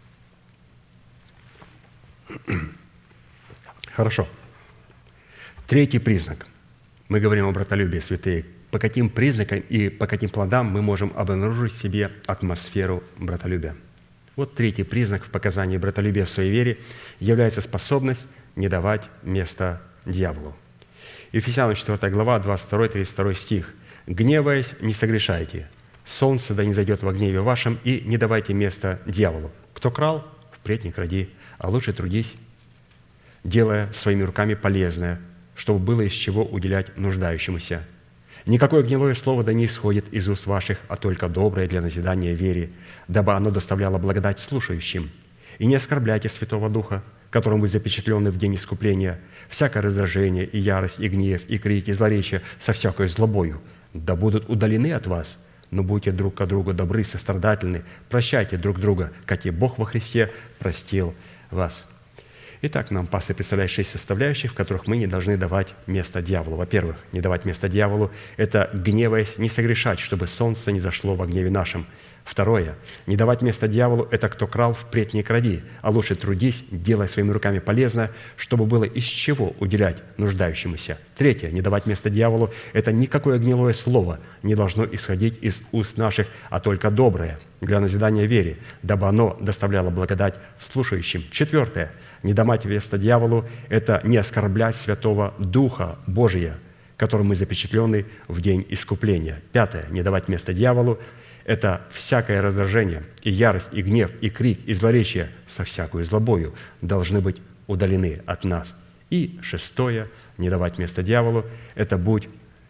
Хорошо. Третий признак. Мы говорим о братолюбии, святые. По каким признакам и по каким плодам мы можем обнаружить в себе атмосферу братолюбия? Вот третий признак в показании братолюбия в своей вере является способность не давать места дьяволу. Ефесянам 4 глава, 22-32 стих. «Гневаясь, не согрешайте. Солнце да не зайдет во гневе вашем, и не давайте места дьяволу. Кто крал, впредь не кради, а лучше трудись, делая своими руками полезное, чтобы было из чего уделять нуждающемуся. Никакое гнилое слово да не исходит из уст ваших, а только доброе для назидания вере, дабы оно доставляло благодать слушающим. И не оскорбляйте Святого Духа, которым вы запечатлены в день искупления, всякое раздражение, и ярость, и гнев, и крики, и злоречие со всякой злобою, да будут удалены от вас, но будьте друг к другу добры, сострадательны, прощайте друг друга, как и Бог во Христе простил вас». Итак, нам пастырь представляет 6 составляющих, в которых мы не должны давать место дьяволу. Во-первых, не давать место дьяволу – это, гневаясь, не согрешать, чтобы солнце не зашло во гневе нашем. Второе. Не давать место дьяволу – это кто крал, впредь не кради, а лучше трудись, делай своими руками полезно, чтобы было из чего уделять нуждающемуся. Третье. Не давать место дьяволу – это никакое гнилое слово не должно исходить из уст наших, а только доброе, для назидания вере, дабы оно доставляло благодать слушающим. Четвертое. Не давать место дьяволу – это не оскорблять Святого Духа Божия, которым мы запечатлены в день искупления. Пятое. Не давать место дьяволу – это всякое раздражение, и ярость, и гнев, и крик, и злоречие со всякую злобою должны быть удалены от нас. И шестое, не давать место дьяволу, это быть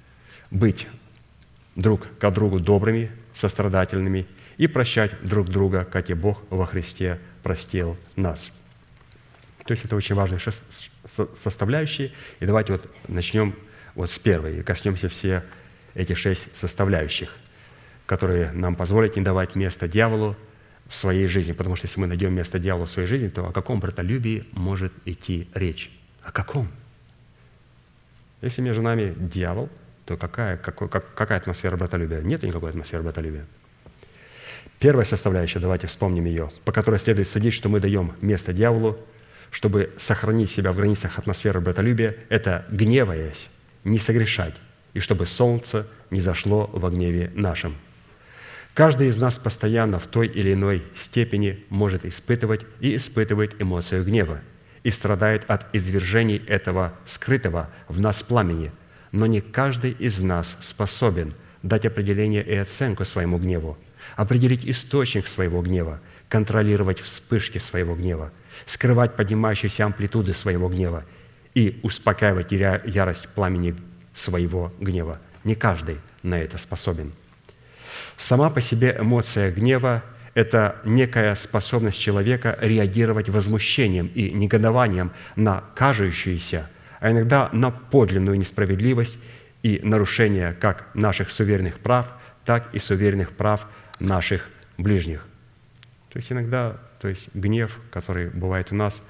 друг к другу добрыми, сострадательными и прощать друг друга, как и Бог во Христе простил нас. То есть это очень важные составляющие. И давайте вот начнем вот с первой и коснемся все эти 6 составляющих, которые нам позволят не давать место дьяволу в своей жизни. Потому что если мы найдем место дьяволу в своей жизни, то о каком братолюбии может идти речь? О каком? Если между нами дьявол, то какая атмосфера братолюбия? Нет никакой атмосферы братолюбия. Первая составляющая, давайте вспомним ее, по которой следует судить, что мы даем место дьяволу, чтобы сохранить себя в границах атмосферы братолюбия, это, гневаясь, не согрешать, и чтобы солнце не зашло во гневе нашем. Каждый из нас постоянно в той или иной степени может испытывать и испытывает эмоцию гнева и страдает от извержений этого скрытого в нас пламени, но не каждый из нас способен дать определение и оценку своему гневу, определить источник своего гнева, контролировать вспышки своего гнева, скрывать поднимающиеся амплитуды своего гнева и успокаивать ярость пламени своего гнева. Не каждый на это способен. Сама по себе эмоция гнева – это некая способность человека реагировать возмущением и негодованием на кажущуюся, а иногда на подлинную несправедливость и нарушение как наших суверенных прав, так и суверенных прав наших ближних. То есть иногда гнев, который бывает у нас,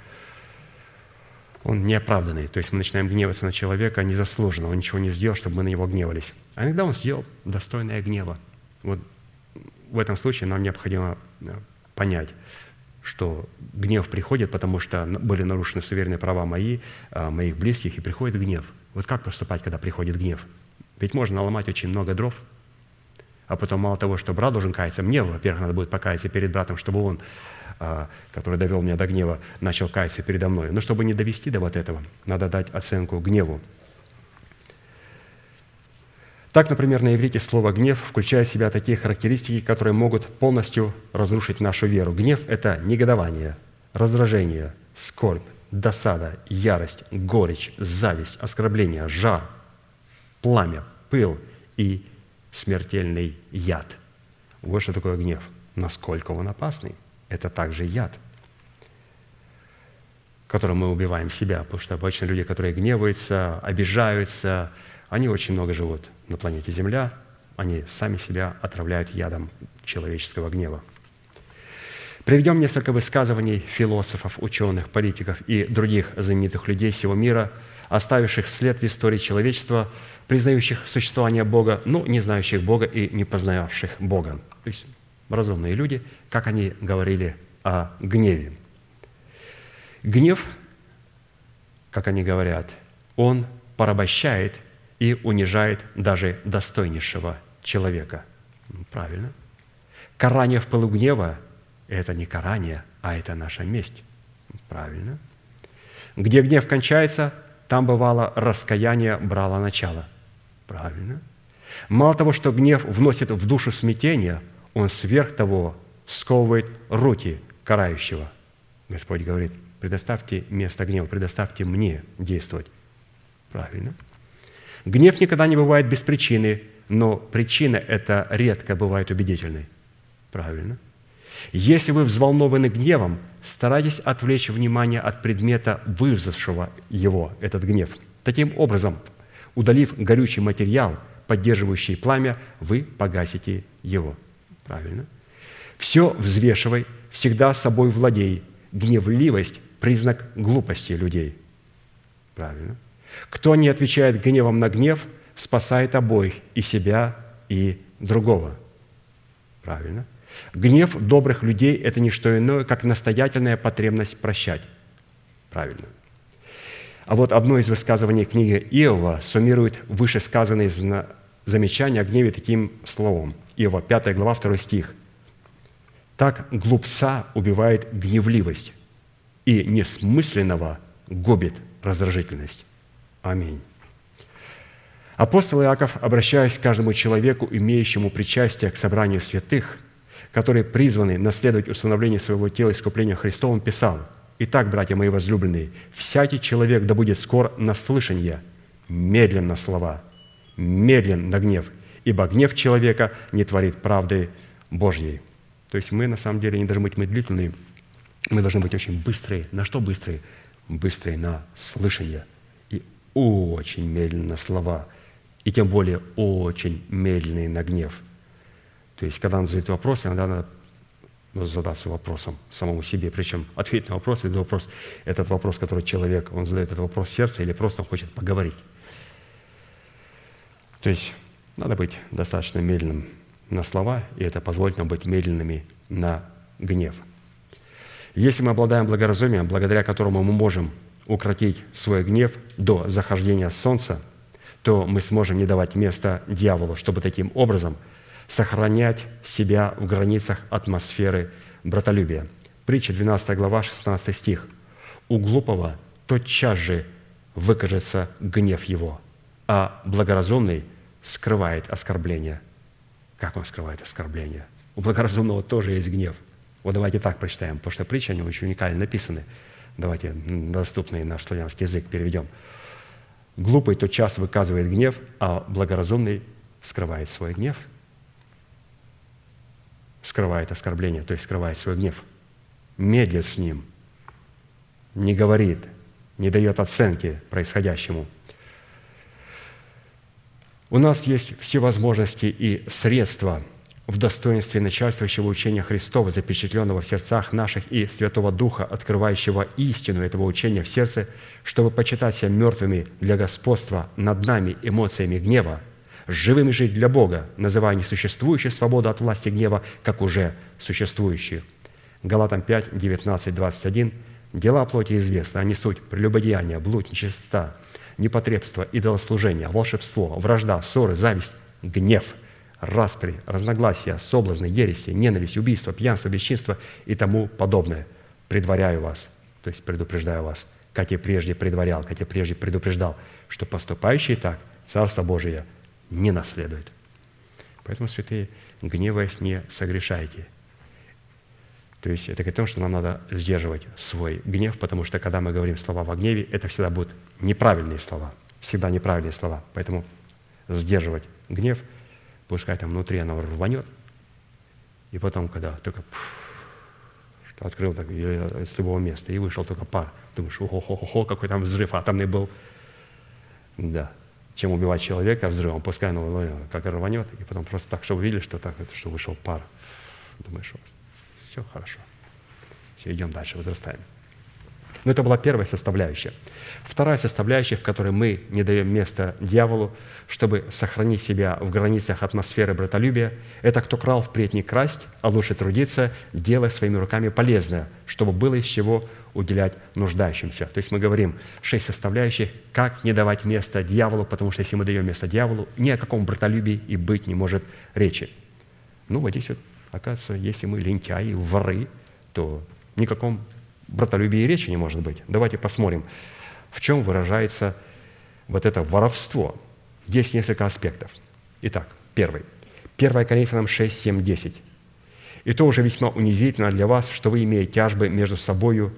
он неоправданный. То есть мы начинаем гневаться на человека незаслуженно, он ничего не сделал, чтобы мы на него гневались. А иногда он сделал достойное гнева. Вот в этом случае нам необходимо понять, что гнев приходит, потому что были нарушены суверенные права моих близких, и приходит гнев. Вот как поступать, когда приходит гнев? Ведь можно наломать очень много дров, а потом мало того, что брат должен каяться, мне, во-первых, надо будет покаяться перед братом, чтобы он, который довел меня до гнева, начал каяться передо мной. Но чтобы не довести до вот этого, надо дать оценку гневу. Так, например, на иврите слово «гнев» включает в себя такие характеристики, которые могут полностью разрушить нашу веру. Гнев – это негодование, раздражение, скорбь, досада, ярость, горечь, зависть, оскорбление, жар, пламя, пыл и смертельный яд. Вот что такое гнев. Насколько он опасный? Это также яд, которым мы убиваем себя, потому что обычно люди, которые гневаются, обижаются, они очень много живут на планете Земля, они сами себя отравляют ядом человеческого гнева. Приведем несколько высказываний философов, ученых, политиков и других знаменитых людей всего мира, оставивших след в истории человечества, признающих существование Бога, но не знающих Бога и не познавших Бога. То есть разумные люди, как они говорили о гневе. Гнев, как они говорят, он порабощает и унижает даже достойнейшего человека. Правильно. Карание в пылу гнева – это не карание, а это наша месть. Правильно. Где гнев кончается, там, бывало, раскаяние брало начало. Правильно. Мало того, что гнев вносит в душу смятение, он сверх того сковывает руки карающего. Господь говорит: предоставьте место гневу, предоставьте мне действовать. Правильно. Гнев никогда не бывает без причины, но причина эта редко бывает убедительной. Правильно. Если вы взволнованы гневом, старайтесь отвлечь внимание от предмета, вызвавшего его, этот гнев. Таким образом, удалив горючий материал, поддерживающий пламя, вы погасите его. Правильно. Все взвешивай, всегда собой владей. Гневливость – признак глупости людей. Правильно. Кто не отвечает гневом на гнев, спасает обоих, и себя, и другого. Правильно. Гнев добрых людей – это не что иное, как настоятельная потребность прощать. Правильно. А вот одно из высказываний книги Иова суммирует вышесказанные замечания о гневе таким словом. Иова, 5 глава, 2 стих. «Так глупца убивает гневливость, и несмысленного губит раздражительность». Аминь. Апостол Иаков, обращаясь к каждому человеку, имеющему причастие к собранию святых, которые призваны наследовать установление своего тела искупления Христовым, писал: «Итак, братья мои возлюбленные, всякий человек да будет скор на слышанье, медлен на слова, медлен на гнев, ибо гнев человека не творит правды Божьей». То есть мы, на самом деле, не должны быть медлительными, мы должны быть очень быстрые. На что быстрые? Быстрые на слышание и очень медленные на слова, и тем более очень медленные на гнев. То есть, когда он задает вопрос, иногда надо задаться вопросом самому себе, причем ответить на вопрос, или вопрос, этот вопрос, который человек, он задает этот вопрос в сердце, или просто он хочет поговорить. То есть, надо быть достаточно медленным на слова, и это позволит нам быть медленными на гнев. Если мы обладаем благоразумием, благодаря которому мы можем укротить свой гнев до захождения солнца, то мы сможем не давать места дьяволу, чтобы таким образом сохранять себя в границах атмосферы братолюбия. Притча 12 глава, 16 стих. «У глупого тотчас же выкажется гнев его, а благоразумный скрывает оскорбление». Как он скрывает оскорбление? У благоразумного тоже есть гнев. Вот давайте так прочитаем, потому что притчи, они очень уникально написаны. Давайте доступный наш славянский язык переведем. «Глупый тотчас выказывает гнев, а благоразумный скрывает свой гнев». Скрывает оскорбление, то есть скрывает свой гнев. Медлит с ним, не говорит, не дает оценки происходящему. У нас есть все возможности и средства в достоинстве начальствующего учения Христова, запечатленного в сердцах наших, и Святого Духа, открывающего истину этого учения в сердце, чтобы почитать себя мертвыми для господства над нами эмоциями гнева, живыми жить для Бога, называя несуществующую свободу от власти гнева, как уже существующую. Галатам 5, 19, 21. «Дела плоти известны, они суть прелюбодеяния, блуд, нечистота, непотребство, идолослужение, волшебство, вражда, ссоры, зависть, гнев, распри, разногласия, соблазны, ереси, ненависть, убийство, пьянство, бесчинство и тому подобное. Предваряю вас», то есть предупреждаю вас, как и прежде предварял, как и прежде предупреждал, что поступающие так Царство Божие не наследуют. Поэтому, святые, гневаясь, не согрешайте. То есть это говорит о том, что нам надо сдерживать свой гнев, потому что когда мы говорим слова во гневе, это всегда будут неправильные слова, всегда неправильные слова. Поэтому сдерживать гнев, пускай там внутри оно рванет, и потом, когда только открыл так, с любого места, и вышел только пар, думаешь, ого-хо-хо, какой там взрыв атомный был. Да. Чем убивать человека взрывом, пускай оно как рванет, и потом просто так, чтобы увидели, что так, что вышел пар. Думаешь, все хорошо. Все, идем дальше, возрастаем. Но это была первая составляющая. Вторая составляющая, в которой мы не даем места дьяволу, чтобы сохранить себя в границах атмосферы братолюбия, это кто крал, впредь не красть, а лучше трудиться, делая своими руками полезное, чтобы было из чего уделять нуждающимся. То есть мы говорим 6 составляющих, как не давать места дьяволу, потому что если мы даем место дьяволу, ни о каком братолюбии и быть не может речи. Ну, вот здесь вот, оказывается, если мы лентяи, воры, то никаком братолюбии и речи не может быть. Давайте посмотрим, в чем выражается вот это воровство. Есть несколько аспектов. Итак, первый. 1 Коринфянам 6, 7, 10. «И то уже весьма унизительно для вас, что вы имеете тяжбы между собою,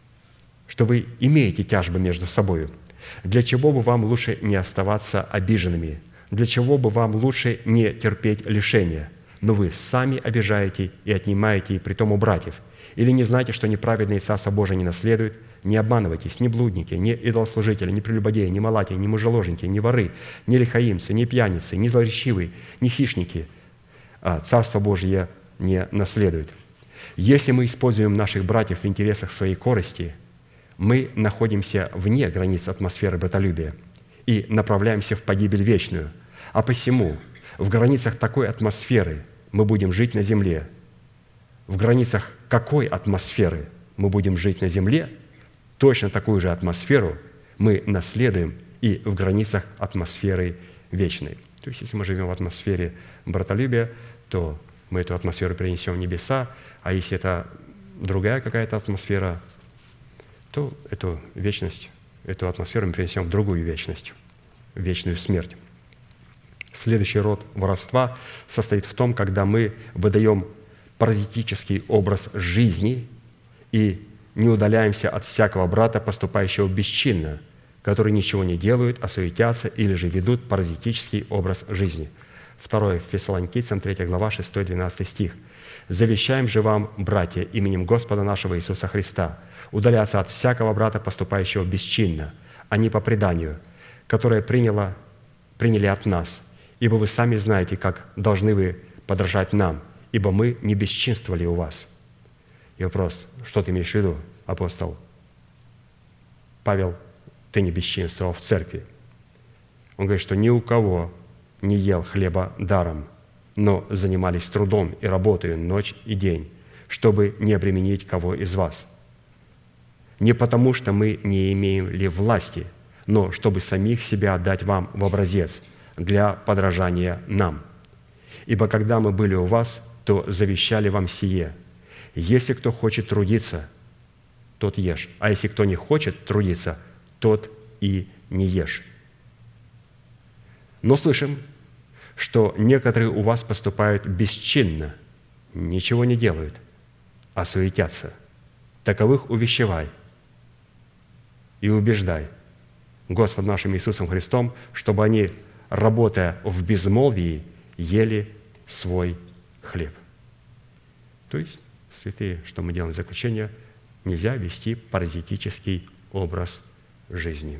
Для чего бы вам лучше не оставаться обиженными? Для чего бы вам лучше не терпеть лишения? Но вы сами обижаете и отнимаете, и притом у братьев. Или не знаете, что неправедные Царство Божие не наследуют? Не обманывайтесь, ни блудники, ни идолослужители, ни прелюбодеи, ни малатии, ни мужеложники, ни воры, ни лихаимцы, ни пьяницы, ни злоречивые, ни хищники. Царство Божие не наследует. Если мы используем наших братьев в интересах своей корысти, мы находимся вне границ атмосферы братолюбия и направляемся в погибель вечную. А посему в границах такой атмосферы мы будем жить на земле, в границах какой атмосферы мы будем жить на земле, точно такую же атмосферу мы наследуем и в границах атмосферы вечной. То есть, если мы живем в атмосфере братолюбия, то мы эту атмосферу перенесем в небеса, а если это другая какая-то атмосфера, то эту вечность, эту атмосферу мы перенесем в другую вечность, в вечную смерть. Следующий род воровства состоит в том, когда мы выдаем паразитический образ жизни и не удаляемся от всякого брата, поступающего бесчинно, которые ничего не делают, а суетятся или же ведут паразитический образ жизни. 2 Фессалоникийцам, 3 глава, 6-12 стих. «Завещаем же вам, братья, именем Господа нашего Иисуса Христа, удаляться от всякого брата, поступающего бесчинно, а не по преданию, которое приняли от нас, ибо вы сами знаете, как должны вы подражать нам, ибо мы не бесчинствовали у вас». И вопрос, что ты имеешь в виду, апостол Павел, ты не бесчинствовал в церкви? Он говорит, что ни у кого не ел хлеба даром, но занимались трудом и работой ночь и день, чтобы не обременить кого из вас. Не потому, что мы не имеем ли власти, но чтобы самих себя отдать вам в образец для подражания нам. Ибо когда мы были у вас, то завещали вам сие: если кто хочет трудиться, тот ешь, а если кто не хочет трудиться, тот и не ешь. Но слышим, что некоторые у вас поступают бесчинно, ничего не делают, а суетятся. Таковых увещевай и убеждай Господом нашим Иисусом Христом, чтобы они, работая в безмолвии, ели свой хлеб. То есть, святые, что мы делаем в заключение, нельзя вести паразитический образ жизни.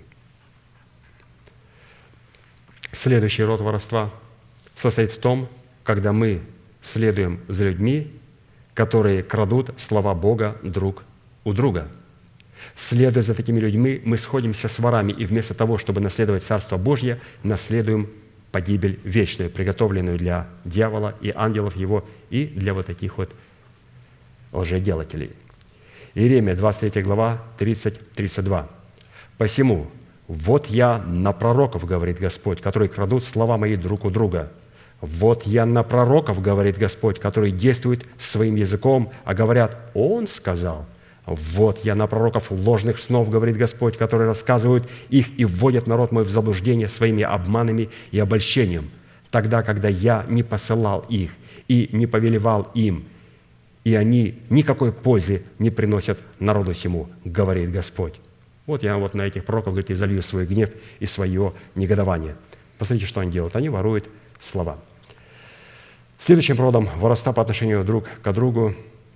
Следующий род воровства состоит в том, когда мы следуем за людьми, которые крадут слова Бога друг у друга. Следуя за такими людьми, мы сходимся с ворами, и вместо того, чтобы наследовать Царство Божье, наследуем погибель вечную, приготовленную для дьявола и ангелов его, и для вот таких вот лжеделателей. Иеремия, 23 глава, 30-32. «Посему, вот я на пророков, говорит Господь, которые крадут слова мои друг у друга. Вот я на пророков, говорит Господь, которые действуют своим языком, а говорят, Он сказал. Вот я на пророков ложных снов, говорит Господь, которые рассказывают их и вводят народ мой в заблуждение своими обманами и обольщением, тогда, когда я не посылал их и не повелевал им, и они никакой пользы не приносят народу сему, говорит Господь». Вот я вот на этих пророков, говорит, и залью свой гнев и свое негодование. Посмотрите, что они делают. Они воруют слова. Следующим родом воровства по отношению друг к другу,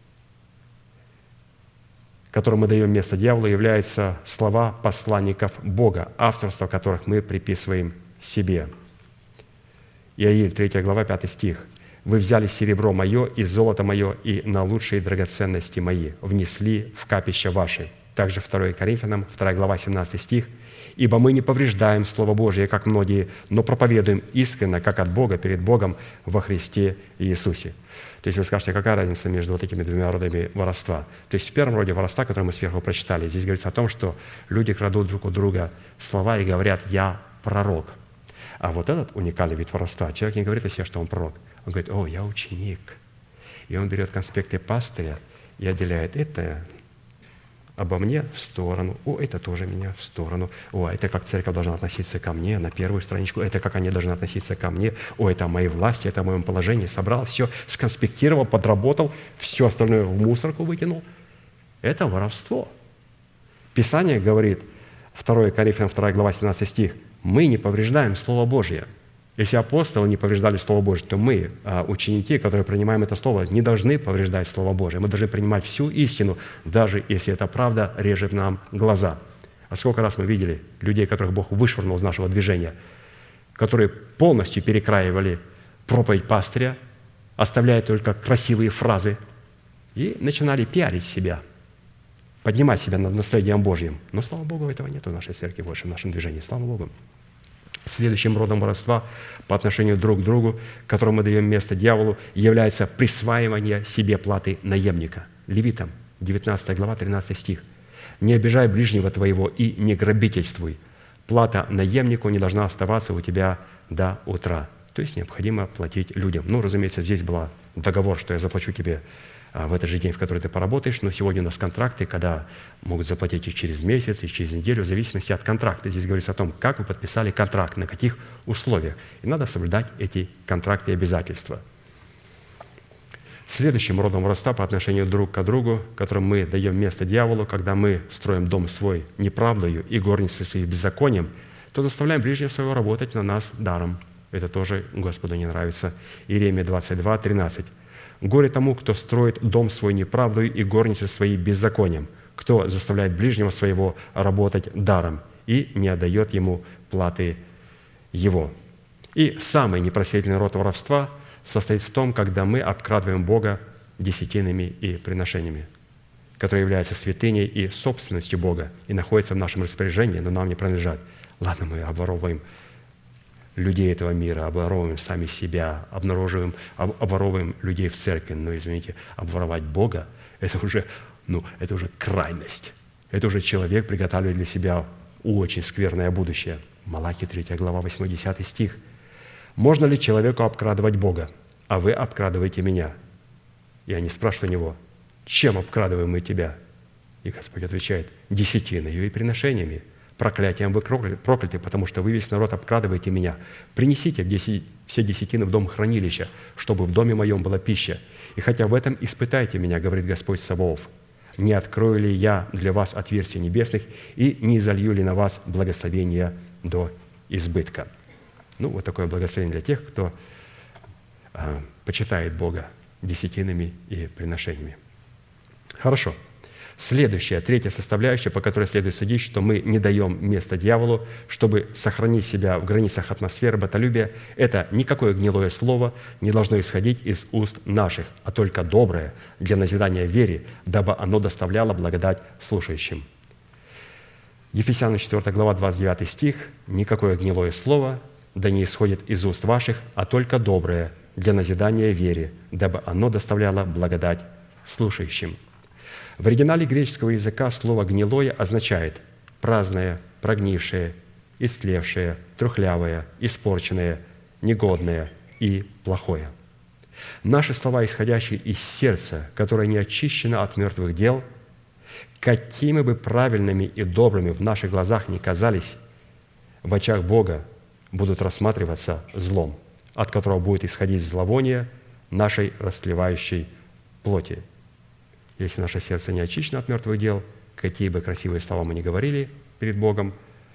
которым мы даем место дьяволу, являются слова посланников Бога, авторство которых мы приписываем себе. Иаиль, 3 глава, 5 стих. «Вы взяли серебро мое и золото мое, и на лучшие драгоценности мои внесли в капища ваши». Также 2 Коринфянам, 2 глава, 17 стих. «Ибо мы не повреждаем Слово Божие, как многие, но проповедуем искренне, как от Бога, перед Богом во Христе Иисусе». То есть вы скажете, какая разница между вот этими двумя родами воровства? То есть в первом роде воровства, который мы сверху прочитали, здесь говорится о том, что люди крадут друг у друга слова и говорят «я пророк». А вот этот уникальный вид воровства, человек не говорит о себе, что он пророк. Он говорит: «О, я ученик». И он берет конспекты пастыря и отделяет это обо мне в сторону. О, это тоже меня в сторону. О, это как церковь должна относиться ко мне, на первую страничку. Это как они должны относиться ко мне. О, это о моей власти, это о моем положении. Собрал все, сконспектировал, подработал, все остальное в мусорку выкинул. Это воровство. Писание говорит, 2 Коринфянам, 2 глава, 17 стих, «Мы не повреждаем Слово Божье». Если апостолы не повреждали Слово Божье, то мы, ученики, которые принимаем это Слово, не должны повреждать Слово Божье. Мы должны принимать всю истину, даже если эта правда режет нам глаза. А сколько раз мы видели людей, которых Бог вышвырнул из нашего движения, которые полностью перекраивали проповедь пастыря, оставляя только красивые фразы, и начинали пиарить себя, поднимать себя над наследием Божьим. Но, слава Богу, этого нет в нашей церкви больше, в нашем движении. Слава Богу. Следующим родом воровства по отношению друг к другу, которому мы даем место дьяволу, является присваивание себе платы наемника. Левитам, 19 глава, 13 стих. «Не обижай ближнего твоего и не грабительствуй. Плата наемнику не должна оставаться у тебя до утра». То есть необходимо платить людям. Ну, разумеется, здесь был договор, что я заплачу тебе в этот же день, в который ты поработаешь, но сегодня у нас контракты, когда могут заплатить и через месяц, и через неделю, в зависимости от контракта. Здесь говорится о том, как вы подписали контракт, на каких условиях. И надо соблюдать эти контракты и обязательства. Следующим родом воровства по отношению друг к другу, которым мы даем место дьяволу, когда мы строим дом свой неправдою и горницы своих беззаконием, то заставляем ближнего своего работать на нас даром. Это тоже Господу не нравится. Иеремия 22, 13. «Горе тому, кто строит дом свой неправдою и горницы свои беззаконием, кто заставляет ближнего своего работать даром и не отдает ему платы его». И самый непростительный род воровства состоит в том, когда мы обкрадываем Бога десятинами и приношениями, которые являются святыней и собственностью Бога и находятся в нашем распоряжении, но нам не принадлежат. Ладно, мы обворовываем людей этого мира, обворовываем сами себя, обворовываем людей в церкви. Но, извините, обворовать Бога – это уже крайность. Это уже человек приготавливает для себя очень скверное будущее. Малахии 3 глава, 8-10 стих. «Можно ли человеку обкрадывать Бога? А вы обкрадываете меня». И они спрашивают у него: «Чем обкрадываем мы тебя?» И Господь отвечает: «Десятиною и приношениями. Проклятием вы прокляты, потому что вы весь народ обкрадываете меня. Принесите все десятины в дом хранилища, чтобы в доме моем была пища. И хотя в этом испытайте меня, говорит Господь Саваоф, не открою ли я для вас отверстий небесных и не изолью ли на вас благословения до избытка». Ну, вот такое благословение для тех, кто почитает Бога десятинами и приношениями. Хорошо. Следующая, третья составляющая, по которой следует судить, что мы не даем место дьяволу, чтобы сохранить себя в границах атмосферы братолюбия, это никакое гнилое слово не должно исходить из уст наших, а только доброе для назидания вере, дабы оно доставляло благодать слушающим. Ефесянам 4 глава, 29 стих. «Никакое гнилое слово да не исходит из уст ваших, а только доброе для назидания вере, дабы оно доставляло благодать слушающим». В оригинале греческого языка слово «гнилое» означает праздное, прогнившее, истлевшее, трухлявое, испорченное, негодное и плохое. Наши слова, исходящие из сердца, которое не очищено от мертвых дел, какими бы правильными и добрыми в наших глазах ни казались, в очах Бога будут рассматриваться злом, от которого будет исходить зловоние нашей растлевающей плоти. Если наше сердце не очищено от мертвых дел, какие бы красивые слова мы ни говорили перед Богом,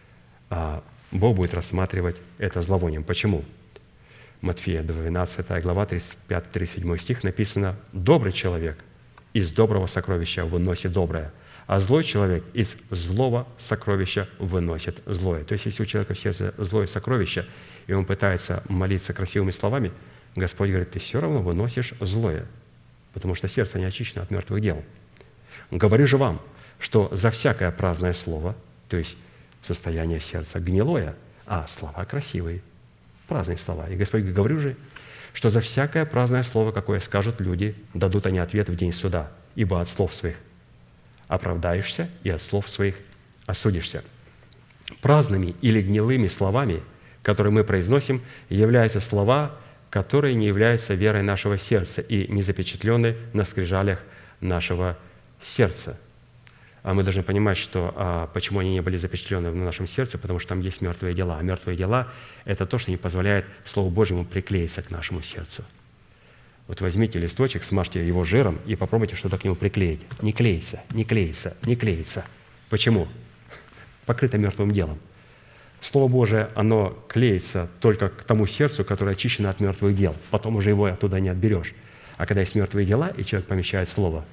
Бог будет рассматривать это зловонием. Почему? Матфея 12 глава, 35-37 стих написано: «Добрый человек из доброго сокровища выносит доброе, а злой человек из злого сокровища выносит злое». То есть, если у человека в сердце злое сокровище, и он пытается молиться красивыми словами, Господь говорит: ты все равно выносишь злое, потому что сердце не очищено от мертвых дел. «Говорю же вам, что за всякое праздное слово», то есть состояние сердца гнилое, а слова красивые, праздные слова. И Господь говорит: говорю же, что за всякое праздное слово, какое скажут люди, дадут они ответ в день суда, ибо от слов своих оправдаешься и от слов своих осудишься. Праздными или гнилыми словами, которые мы произносим, являются слова, которые не являются верой нашего сердца и не запечатлены на скрижалях нашего сердца. А мы должны понимать, что почему они не были запечатлены в нашем сердце, потому что там есть мертвые дела. А мертвые дела – это то, что не позволяет Слову Божьему приклеиться к нашему сердцу. Вот возьмите листочек, смажьте его жиром и попробуйте что-то к нему приклеить. Не клеится, не клеится, не клеится. Почему? Покрыто мертвым делом. Слово Божие, оно клеится только к тому сердцу, которое очищено от мертвых дел. Потом уже его оттуда не отберешь. А когда есть мертвые дела, и человек помещает слово,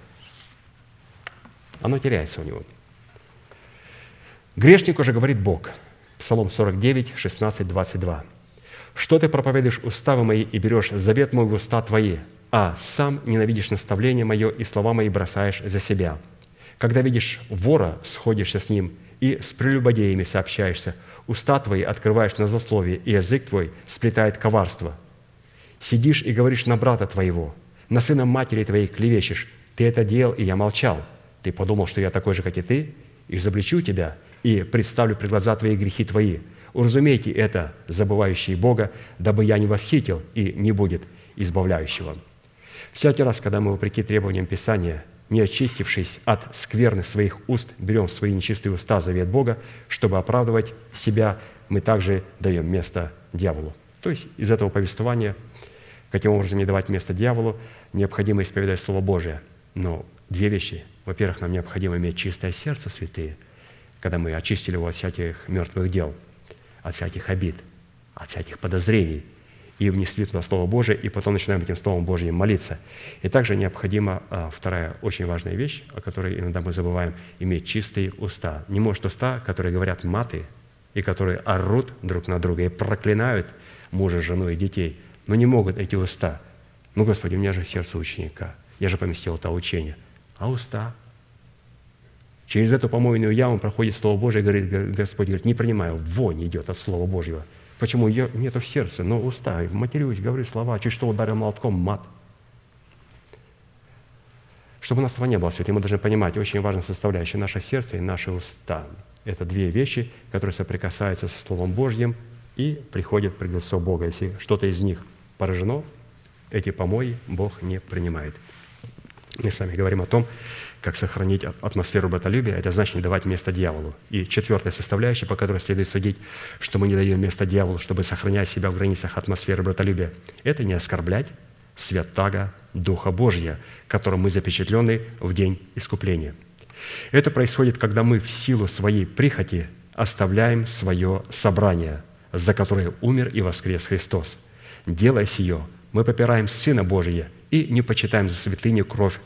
оно теряется у него. Грешник уже говорит Бог. Псалом 49, 16, 22. «Что ты проповедуешь уставы мои и берешь завет мой в уста твои, а сам ненавидишь наставление мое и слова мои бросаешь за себя? Когда видишь вора, сходишься с ним, и с прелюбодеями сообщаешься. Уста твои открываешь на злословие, и язык твой сплетает коварство. Сидишь и говоришь на брата твоего, на сына матери твоей клевещешь. Ты это делал, и я молчал. Ты подумал, что я такой же, как и ты? Изобличу тебя и представлю пред глаза твои грехи твои. Уразумейте это, забывающие Бога, дабы я не восхитил, и не будет избавляющего». Всякий раз, когда мы, вопреки требованиям Писания, не очистившись от скверны своих уст, берем в свои нечистые уста завет Бога, чтобы оправдывать себя, мы также даем место дьяволу. То есть из этого повествования, каким образом не давать место дьяволу, необходимо исповедать Слово Божие. Но две вещи. Во-первых, нам необходимо иметь чистое сердце, святые, когда мы очистили его от всяких мертвых дел, от всяких обид, от всяких подозрений, и внесли туда Слово Божие, и потом начинаем этим Словом Божьим молиться. И также необходима вторая очень важная вещь, о которой иногда мы забываем, иметь чистые уста. Не может уста, которые говорят маты, и которые орут друг на друга и проклинают мужа, жену и детей, но не могут эти уста. Ну, Господи, у меня же сердце ученика, я же поместил это учение. А уста? Через эту помойную яму проходит Слово Божие, и говорит, Господь говорит, не принимаю, вонь идет от Слова Божьего. Почему? Ее нету в сердце, но уста. Матерюсь, говорю слова, чуть что ударил молотком, мат. Чтобы у нас этого не было, святые, мы должны понимать, очень важная составляющая наше сердце и наши уста. Это две вещи, которые соприкасаются со Словом Божьим и приходят пред лицо Бога. Если что-то из них поражено, эти помои Бог не принимает. Мы с вами говорим о том, как сохранить атмосферу братолюбия, это значит не давать место дьяволу. И четвертая составляющая, по которой следует судить, что мы не даем место дьяволу, чтобы сохранять себя в границах атмосферы братолюбия, это не оскорблять святаго Духа Божия, которым мы запечатлены в день искупления. Это происходит, когда мы в силу своей прихоти оставляем свое собрание, за которое умер и воскрес Христос. Делая сие, мы попираем Сына Божия и не почитаем за святыню кровь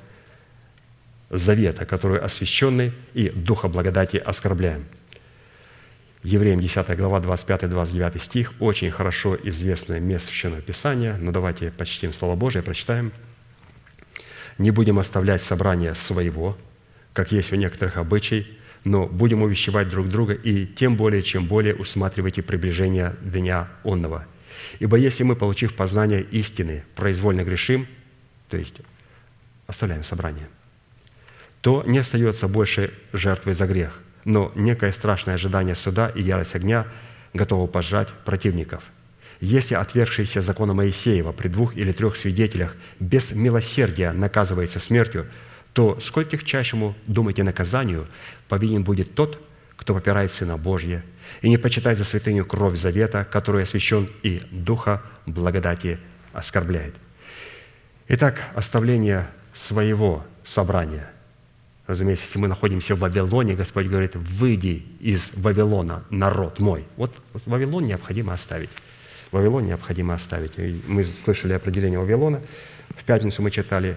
завета, которую освященный и Духа благодати оскорбляем. Евреям 10 глава, 25-29 стих, очень хорошо известное место Священного Писания, но давайте почтим Слово Божие, прочитаем. «Не будем оставлять собрание своего, как есть у некоторых обычай, но будем увещевать друг друга, и тем более, чем более усматривайте приближение дня онного. Ибо если мы, получив познание истины, произвольно грешим, то есть оставляем собрание, то не остается больше жертвы за грех, но некое страшное ожидание суда и ярость огня готово пожрать противников. Если отвергшийся закона Моисеева при 2 или 3 свидетелях без милосердия наказывается смертью, то скольких чащему, думайте, наказанию повинен будет тот, кто попирает Сына Божия и не почитает за святыню кровь завета, которую освящен и Духа благодати оскорбляет». Итак, оставление своего собрания. Разумеется, если мы находимся в Вавилоне, Господь говорит, «Выйди из Вавилона, народ мой». Вот Вавилон необходимо оставить. Вавилон необходимо оставить. И мы слышали определение Вавилона. В пятницу мы читали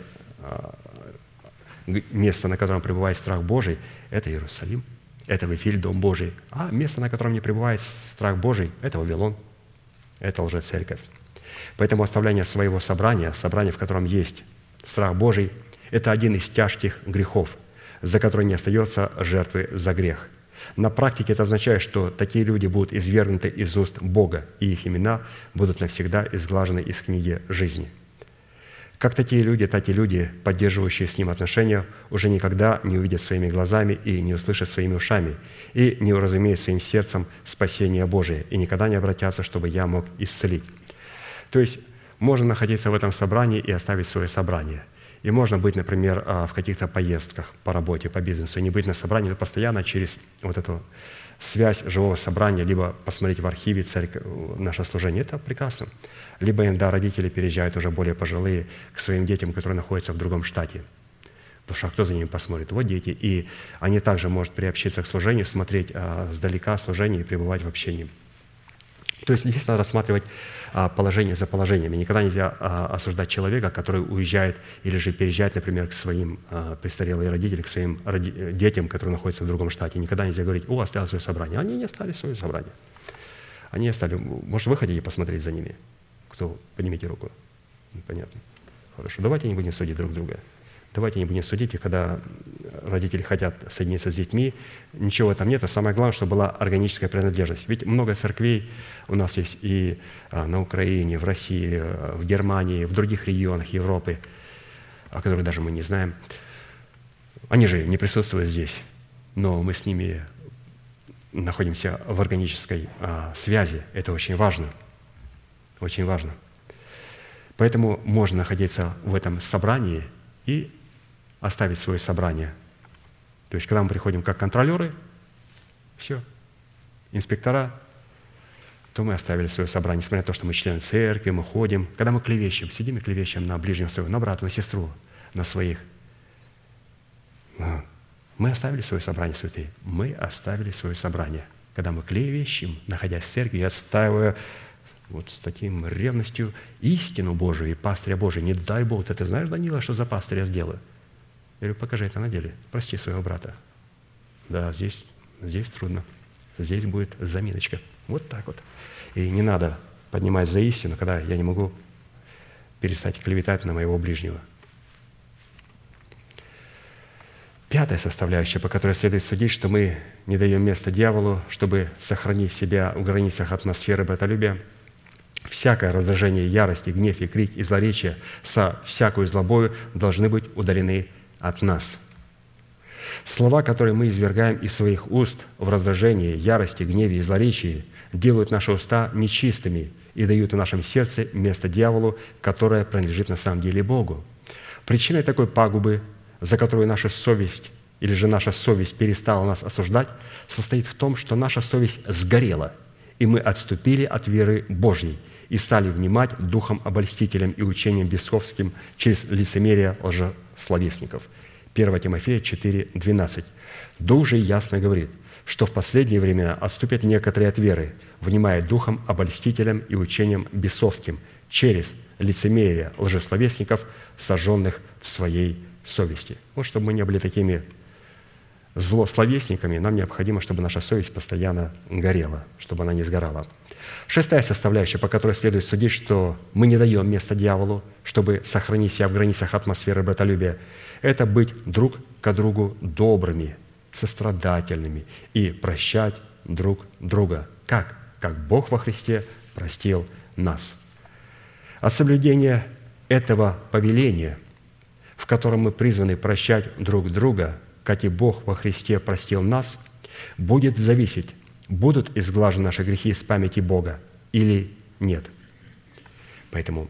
место, на котором пребывает страх Божий. Это Иерусалим, это Вифиль, Дом Божий. А место, на котором не пребывает страх Божий, это Вавилон, это лжецерковь. Поэтому оставление своего собрания, собрание, в котором есть страх Божий, это один из тяжких грехов, за который не остается жертвы за грех. На практике это означает, что такие люди будут извергнуты из уст Бога, и их имена будут навсегда изглажены из книги жизни. Как такие люди, так и люди, поддерживающие с Ним отношения, уже никогда не увидят своими глазами и не услышат своими ушами, и не уразумеют своим сердцем спасение Божие, и никогда не обратятся, чтобы я мог исцелить. То есть можно находиться в этом собрании и оставить свое собрание. И можно быть, например, в каких-то поездках по работе, по бизнесу, и не быть на собрании, но постоянно через вот эту связь живого собрания, либо посмотреть в архиве церковь, наше служение. Это прекрасно. Либо иногда родители переезжают уже более пожилые к своим детям, которые находятся в другом штате. Потому что кто за ними посмотрит? Вот дети. И они также могут приобщиться к служению, смотреть сдалека служение и пребывать в общении. То есть здесь надо рассматривать положение за положением. И никогда нельзя осуждать человека, который уезжает или же переезжает, например, к своим престарелым родителям, к своим детям, которые находятся в другом штате. Никогда нельзя говорить: «О, оставил свое собрание». Они не оставили свое собрание. Они оставили. Может, вы хотите посмотреть за ними? Кто? Поднимите руку. Понятно. Хорошо. Давайте не будем судить друг друга. Давайте не будем судить, и когда родители хотят соединиться с детьми. Ничего там нет. А самое главное, чтобы была органическая принадлежность. Ведь много церквей у нас есть и на Украине, в России, в Германии, в других регионах Европы, о которых даже мы не знаем. Они же не присутствуют здесь, но мы с ними находимся в органической связи. Это очень важно. Очень важно. Поэтому можно находиться в этом собрании и оставить свое собрание. То есть, когда мы приходим как контролеры, все, инспектора, то мы оставили свое собрание, несмотря на то, что мы члены церкви, мы ходим. Когда мы клевещем, сидим и клевещем на ближнего своего, на брата, на сестру, на своих. Мы оставили свое собрание, святые. Мы оставили свое собрание. Когда мы клевещем, находясь в церкви, и отстаивая вот с таким ревностью истину Божию и пастыря Божия. Не дай Бог, ты знаешь, Данила, что за пастыря я сделаю? Я говорю, покажи это на деле. Прости своего брата. Да, здесь трудно. Здесь будет заминочка. Вот так вот. И не надо поднимать за истину, когда я не могу перестать клеветать на моего ближнего. Пятая составляющая, по которой следует судить, что мы не даем места дьяволу, чтобы сохранить себя в границах атмосферы братолюбия. Всякое раздражение, ярость, гнев и крик и злоречие со всякую злобою должны быть удалены от нас. Слова, которые мы извергаем из своих уст в раздражении, ярости, гневе и злоречии, делают наши уста нечистыми и дают в нашем сердце место дьяволу, которое принадлежит на самом деле Богу. Причиной такой пагубы, за которую наша совесть или же наша совесть перестала нас осуждать, состоит в том, что наша совесть сгорела, и мы отступили от веры Божьей и стали внимать духом обольстителям и учением бесовским через лицемерие лжесловесников. 1 Тимофея 4:12. Дух же ясно говорит, что в последние времена отступят некоторые от веры, внимая духом обольстителям и учением бесовским через лицемерие лжесловесников, сожженных в своей совести. Вот чтобы мы не были такими злословесниками, нам необходимо, чтобы наша совесть постоянно горела, чтобы она не сгорала. Шестая составляющая, по которой следует судить, что мы не даем места дьяволу, чтобы сохранить себя в границах атмосферы братолюбия, это быть друг к другу добрыми, сострадательными и прощать друг друга. Как? Как Бог во Христе простил нас. От соблюдения этого повеления, в котором мы призваны прощать друг друга, как и Бог во Христе простил нас, будет зависеть, будут изглажены наши грехи из памяти Бога или нет. Поэтому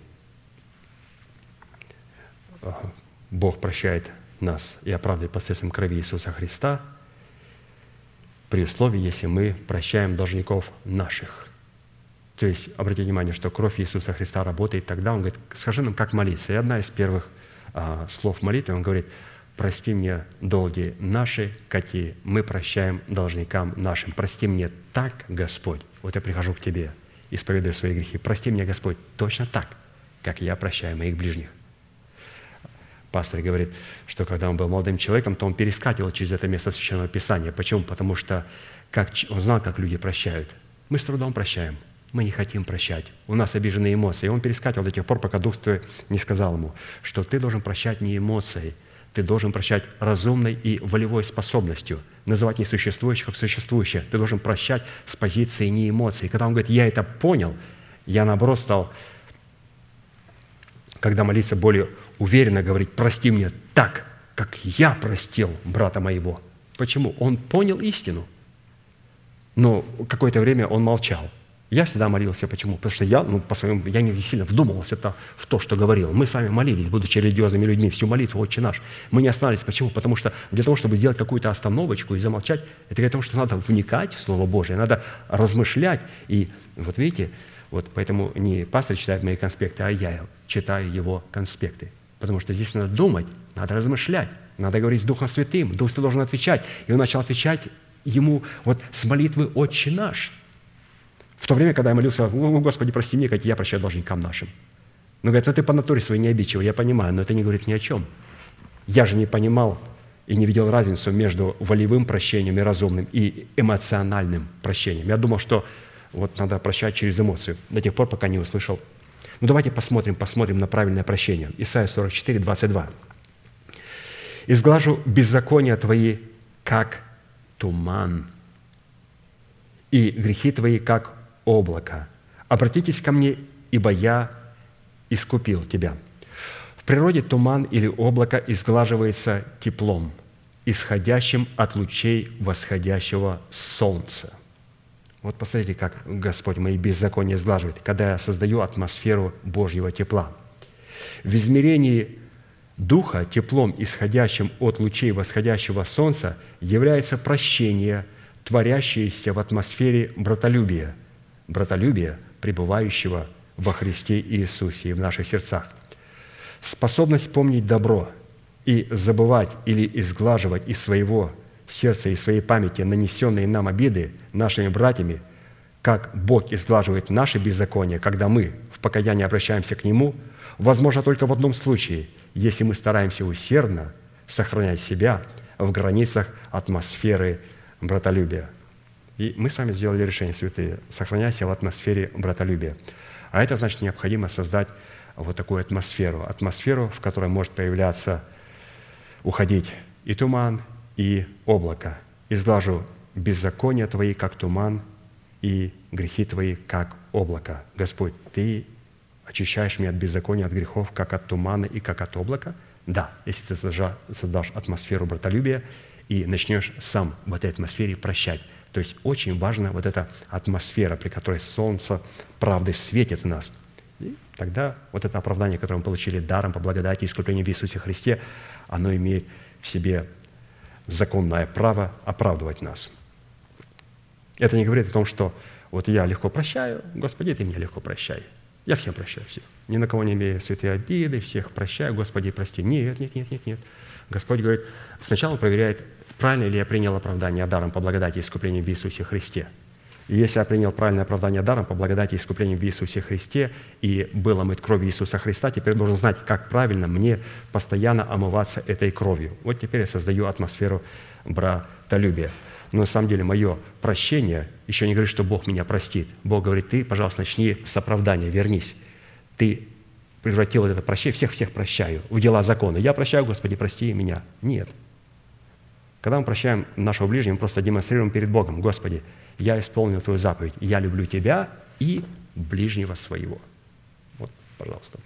Бог прощает нас и оправдывает посредством крови Иисуса Христа при условии, если мы прощаем должников наших. То есть, обратите внимание, что кровь Иисуса Христа работает тогда, Он говорит, скажи нам, как молиться. И одна из первых слов молитвы, Он говорит, прости мне долги наши, какие мы прощаем должникам нашим. Прости мне так, Господь. Вот я прихожу к Тебе, исповедую свои грехи. Прости мне, Господь, точно так, как я прощаю моих ближних. Пастор говорит, что когда он был молодым человеком, то он перескакивал через это место Священного Писания. Почему? Потому что он знал, как люди прощают. Мы с трудом прощаем. Мы не хотим прощать. У нас обиженные эмоции. И он перескакивал до тех пор, пока Дух Святой не сказал ему, что ты должен прощать не эмоцией, ты должен прощать разумной и волевой способностью, называть несуществующее как существующее. Ты должен прощать с позиции не эмоций. И когда он говорит, я это понял, я, наоборот, стал, когда молиться более уверенно, говорить, прости мне так, как я простил брата моего. Почему? Он понял истину. Но какое-то время он молчал. Я всегда молился. Почему? Потому что я не сильно вдумывался в то, что говорил. Мы с вами молились, будучи религиозными людьми, всю молитву «Отче наш». Мы не остановились. Почему? Потому что для того, чтобы сделать какую-то остановочку и замолчать, это для того, что надо вникать в Слово Божие, надо размышлять. И вот видите, вот поэтому не пастор читает мои конспекты, а я читаю его конспекты. Потому что здесь надо думать, надо размышлять, надо говорить с Духом Святым. Дух Святой должен отвечать. И он начал отвечать ему вот с молитвы «Отче наш». В то время, когда я молился, Господи, прости мне, как я прощаю должникам нашим. Но говорит, ты по натуре своей не обидчивый, я понимаю, но это не говорит ни о чем. Я же не понимал и не видел разницу между волевым прощением и разумным и эмоциональным прощением. Я думал, что вот надо прощать через эмоцию, до тех пор, пока не услышал. Ну, давайте посмотрим на правильное прощение. Исайя 44, 22. изглажу беззакония Твои, как туман, и грехи Твои, как облако. Обратитесь ко мне, ибо я искупил тебя». В природе туман или облако изглаживается теплом, исходящим от лучей восходящего солнца. Вот посмотрите, как Господь мои беззакония сглаживает, когда я создаю атмосферу Божьего тепла. В измерении Духа теплом, исходящим от лучей восходящего солнца, является прощение, творящееся в атмосфере братолюбия, пребывающего во Христе Иисусе и в наших сердцах. Способность помнить добро и забывать или изглаживать из своего сердца и своей памяти нанесенные нам обиды нашими братьями, как Бог изглаживает наши беззакония, когда мы в покаянии обращаемся к Нему, возможно только в одном случае, если мы стараемся усердно сохранять себя в границах атмосферы братолюбия. И мы с вами сделали решение, святые, сохранять себя в атмосфере братолюбия. А это значит, необходимо создать вот такую атмосферу, в которой может появляться, уходить и туман, и облако. «Изглажу беззакония Твои, как туман, и грехи Твои, как облако». Господь, Ты очищаешь меня от беззакония, от грехов, как от тумана и как от облака? Да, если ты создашь атмосферу братолюбия и начнешь сам в этой атмосфере прощать. То есть очень важна вот эта атмосфера, при которой солнце правды светит в нас. И тогда вот это оправдание, которое мы получили даром по благодати и искуплению в Иисусе Христе, оно имеет в себе законное право оправдывать нас. Это не говорит о том, что вот я легко прощаю, Господи, Ты меня легко прощай. Я всем прощаю, всех. Ни на кого не имею святые обиды, всех прощаю, Господи, прости. Нет. Господь говорит, сначала проверяет, правильно ли я принял оправдание даром по благодати и искуплению в Иисусе Христе. И если я принял правильное оправдание даром по благодати и искуплению в Иисусе Христе и был омыт кровью Иисуса Христа, теперь должен знать, как правильно мне постоянно омываться этой кровью. Вот теперь я создаю атмосферу братолюбия. Но на самом деле мое прощение еще не говорит, что Бог меня простит. Бог говорит, ты, пожалуйста, начни с оправдания, вернись. Ты превратил это прощение, всех прощаю, в дела закона. Я прощаю, Господи, прости меня. Нет. Когда мы прощаем нашего ближнего, мы просто демонстрируем перед Богом, Господи, я исполнил Твою заповедь, я люблю Тебя и ближнего своего. Вот, пожалуйста.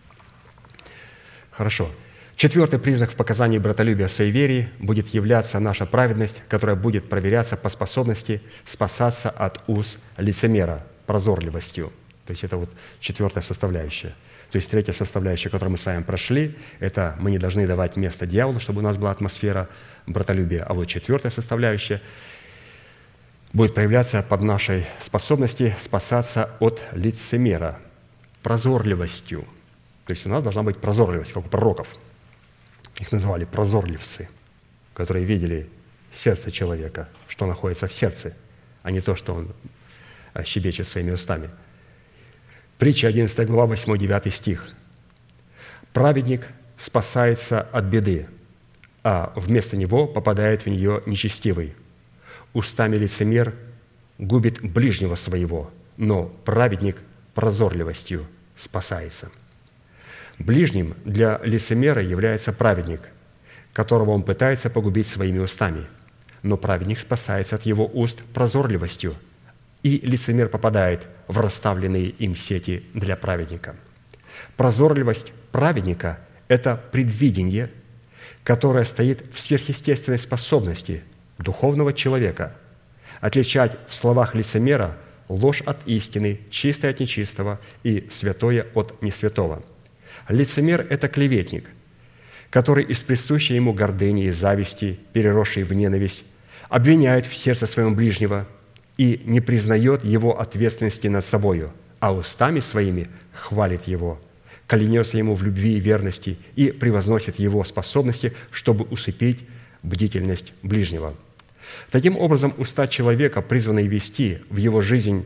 Хорошо. Четвертый признак в показании братолюбия в суеверии будет являться наша праведность, которая будет проверяться по способности спасаться от уз лицемера, прозорливостью. То есть это вот четвертая составляющая. То есть третья составляющая, которую мы с вами прошли, это мы не должны давать место дьяволу, чтобы у нас была атмосфера братолюбия. А вот четвертая составляющая будет проявляться под нашей способности спасаться от лицемера, прозорливостью. То есть у нас должна быть прозорливость, как у пророков. Их называли прозорливцы, которые видели сердце человека, что находится в сердце, а не то, что он щебечет своими устами. Притча 11 глава, 8-9 стих. «Праведник спасается от беды, а вместо него попадает в нее нечестивый. Устами лицемер губит ближнего своего, но праведник прозорливостью спасается». Ближним для лицемера является праведник, которого он пытается погубить своими устами, но праведник спасается от его уст прозорливостью, и лицемер попадает в расставленные им сети для праведника. Прозорливость праведника – это предвидение, которое стоит в сверхъестественной способности духовного человека отличать в словах лицемера ложь от истины, чистое от нечистого и святое от несвятого. Лицемер – это клеветник, который из присущей ему гордыни и зависти, переросшей в ненависть, обвиняет в сердце своем ближнего и не признает его ответственности над собою, а устами своими хвалит его, клянется ему в любви и верности и превозносит его способности, чтобы усыпить бдительность ближнего. Таким образом, уста человека, призванные вести в его жизнь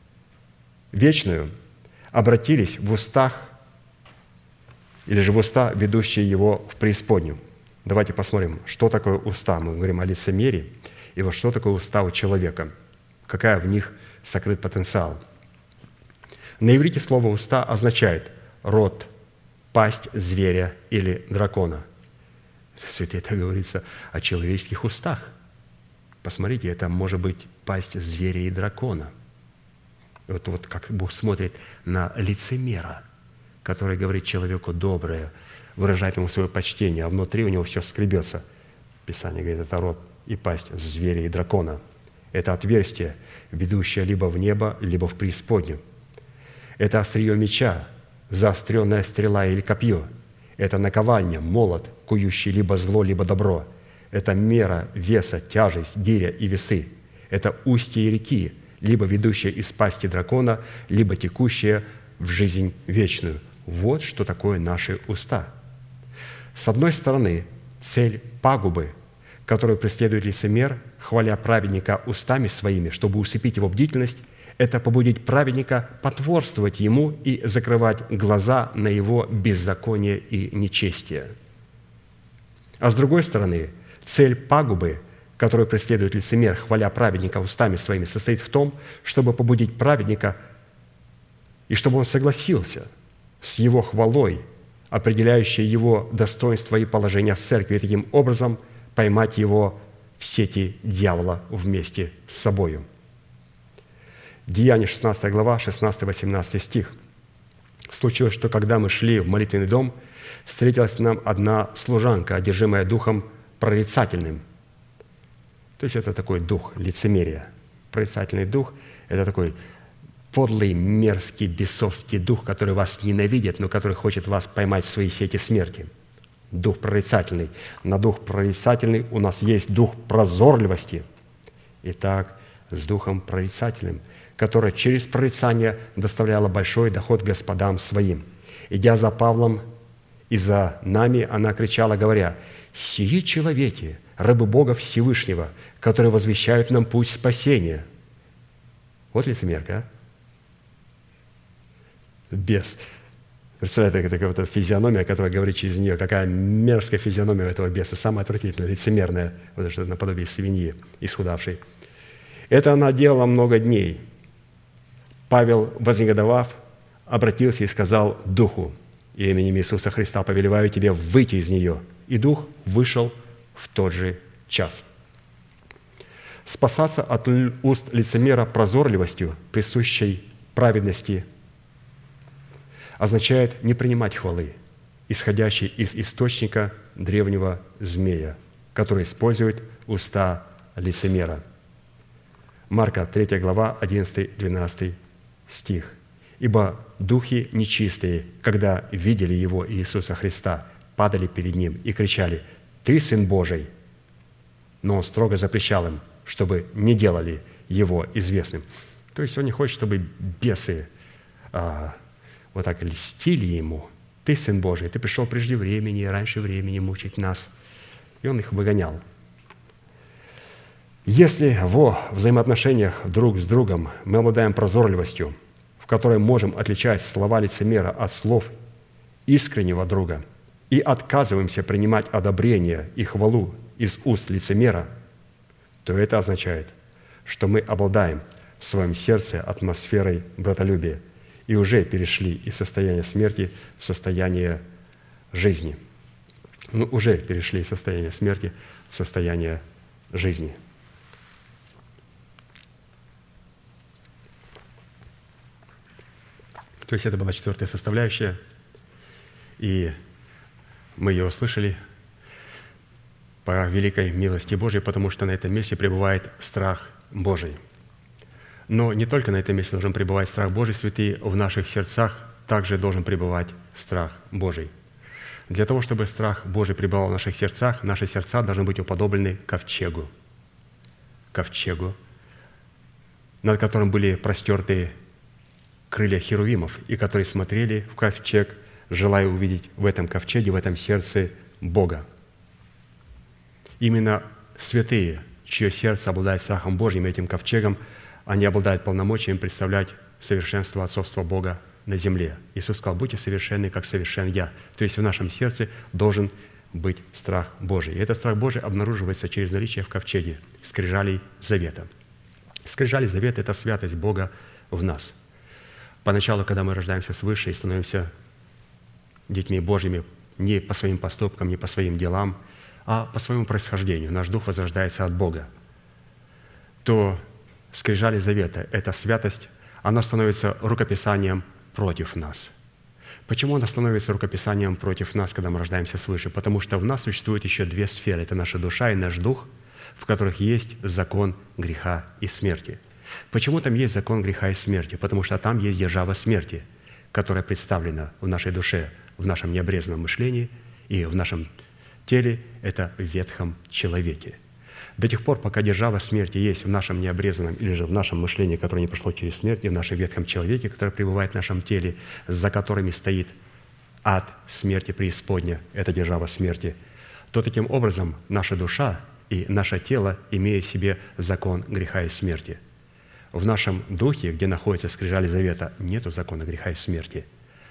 вечную, обратились в устах или же в уста, ведущие его в преисподнюю. Давайте посмотрим, что такое уста. Мы говорим о лицемерии, и вот что такое уста у человека, какая в них сокрыт потенциал. На иврите слово «уста» означает рот, пасть зверя или дракона. Святые, это говорится о человеческих устах. Посмотрите, это может быть пасть зверя и дракона. Вот как Бог смотрит на лицемера, который говорит человеку доброе, выражает ему свое почтение, а внутри у него все скребется. Писание говорит, это рот и пасть зверя и дракона. Это отверстие, ведущее либо в небо, либо в преисподнюю. Это острие меча, заостренная стрела или копье. Это наковальня, молот, кующий либо зло, либо добро. Это мера веса, тяжесть, гиря и весы. Это устье реки, либо ведущая из пасти дракона, либо текущая в жизнь вечную. Вот что такое наши уста. С одной стороны, цель пагубы, которую преследует лицемер, хваля праведника устами своими, чтобы усыпить его бдительность, это побудить праведника потворствовать ему и закрывать глаза на его беззаконие и нечестие. А с другой стороны, цель пагубы, которую преследует лицемер, хваля праведника устами своими, состоит в том, чтобы побудить праведника и чтобы он согласился с его хвалой, определяющей его достоинство и положение в церкви, и таким образом поймать его в сети дьявола вместе с собою. Деяния 16 глава, 16-18 стих. Случилось, что когда мы шли в молитвенный дом, встретилась нам одна служанка, одержимая духом прорицательным. То есть это такой дух лицемерия. Прорицательный дух – это такой подлый, мерзкий, бесовский дух, который вас ненавидит, но который хочет вас поймать в свои сети смерти. Дух прорицательный. На дух прорицательный у нас есть дух прозорливости. Итак, с духом прорицательным, которое через прорицание доставляло большой доход господам своим. Идя за Павлом и за нами, она кричала, говоря: «Сии человеки, рабы Бога Всевышнего, которые возвещают нам путь спасения». Вот лицемерка, а? Бес. Представляете, такая вот эта физиономия, которая говорит через нее, какая мерзкая физиономия этого беса, самая отвратительная, лицемерная, вот это наподобие свиньи, исхудавшей. Это она делала много дней. Павел, вознегодовав, обратился и сказал духу: «Именем Иисуса Христа повелеваю тебе выйти из нее». И дух вышел в тот же час. Спасаться от уст лицемера прозорливостью, присущей праведности, означает не принимать хвалы, исходящей из источника древнего змея, который использует уста лицемера. Марка 3 глава, 11-12 стих. «Ибо духи нечистые, когда видели Его, Иисуса Христа, падали перед Ним и кричали: „Ты Сын Божий!“ Но Он строго запрещал им, чтобы не делали Его известным». То есть Он не хочет, чтобы бесы вот так льстили Ему. «Ты Сын Божий, Ты пришел прежде времени, раньше времени мучить нас». И Он их выгонял. Если во взаимоотношениях друг с другом мы обладаем прозорливостью, в которой можем отличать слова лицемера от слов искреннего друга, и отказываемся принимать одобрение и хвалу из уст лицемера, то это означает, что мы обладаем в своем сердце атмосферой братолюбия и уже перешли из состояния смерти в состояние жизни. Мы уже перешли из состояния смерти в состояние жизни. То есть это была 4-я составляющая, и мы ее услышали по великой милости Божией, потому что на этом месте пребывает страх Божий. Но не только на этом месте должен пребывать страх Божий, святые, в наших сердцах также должен пребывать страх Божий. Для того, чтобы страх Божий пребывал в наших сердцах, наши сердца должны быть уподоблены ковчегу, над которым были простерты крылья херувимов, и которые смотрели в ковчег, желая увидеть в этом ковчеге, в этом сердце Бога. Именно святые, чье сердце обладает страхом Божьим, этим ковчегом, они обладают полномочием представлять совершенство отцовства Бога на земле. Иисус сказал: «Будьте совершенны, как совершен Я». То есть в нашем сердце должен быть страх Божий. И этот страх Божий обнаруживается через наличие в ковчеге скрижалей завета. Скрижали завета – это святость Бога в нас. Поначалу, когда мы рождаемся свыше и становимся детьми Божьими не по своим поступкам, не по своим делам, а по своему происхождению наш дух возрождается от Бога, то скрижали завета, эта святость, она становится рукописанием против нас. Почему она становится рукописанием против нас, когда мы рождаемся свыше? Потому что в нас существует еще две сферы. Это наша душа и наш дух, в которых есть закон греха и смерти. Почему там есть закон греха и смерти? Потому что там есть держава смерти, которая представлена в нашей душе, в нашем необрезанном мышлении и в нашем теле, это в ветхом человеке. До тех пор, пока держава смерти есть в нашем необрезанном или же в нашем мышлении, которое не прошло через смерть, и в нашем ветхом человеке, который пребывает в нашем теле, за которыми стоит ад смерти преисподня, это держава смерти, то таким образом наша душа и наше тело имеют в себе закон греха и смерти. В нашем духе, где находится скрижали завета, нету закона греха и смерти.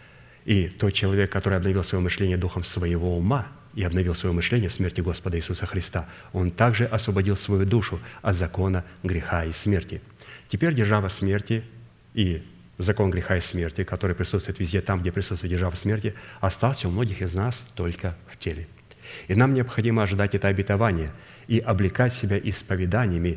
И тот человек, который обновил свое мышление духом своего ума и обновил свое мышление в смерти Господа Иисуса Христа, он также освободил свою душу от закона греха и смерти. Теперь держава смерти и закон греха и смерти, который присутствует везде там, где присутствует держава смерти, остался у многих из нас только в теле. И нам необходимо ожидать это обетование и облекать себя исповеданиями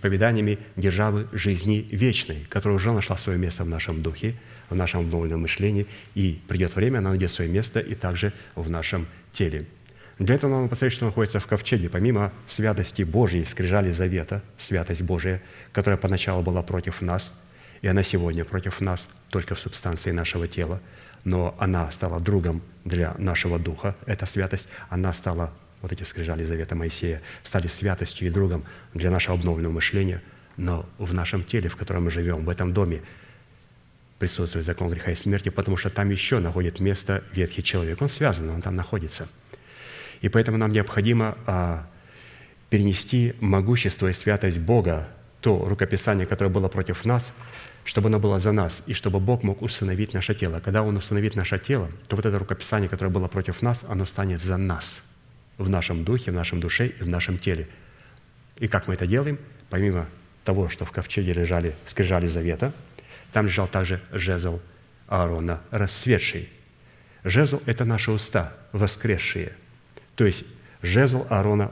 державы жизни вечной, которая уже нашла свое место в нашем духе, в нашем обновленном мышлении, и придет время, она найдет свое место и также в нашем теле. Для этого нам посмотреть, что находится в ковчеге, помимо святости Божьей, скрижали завета, святость Божия, которая поначалу была против нас, и она сегодня против нас, только в субстанции нашего тела, но она стала другом для нашего духа, эта святость, она стала, вот эти скрижали завета Моисея, стали святостью и другом для нашего обновленного мышления, но в нашем теле, в котором мы живем, в этом доме, присутствует закон греха и смерти, потому что там еще находит место ветхий человек. Он связан, он там находится. И поэтому нам необходимо перенести могущество и святость Бога, то рукописание, которое было против нас, чтобы оно было за нас, и чтобы Бог мог усыновить наше тело. Когда Он усыновит наше тело, то вот это рукописание, которое было против нас, оно станет за нас в нашем духе, в нашем душе и в нашем теле. И как мы это делаем? Помимо того, что в ковчеге лежали скрижали завета, там лежал также жезл Аарона расцветший. Жезл – это наши уста, воскресшие. То есть жезл Аарона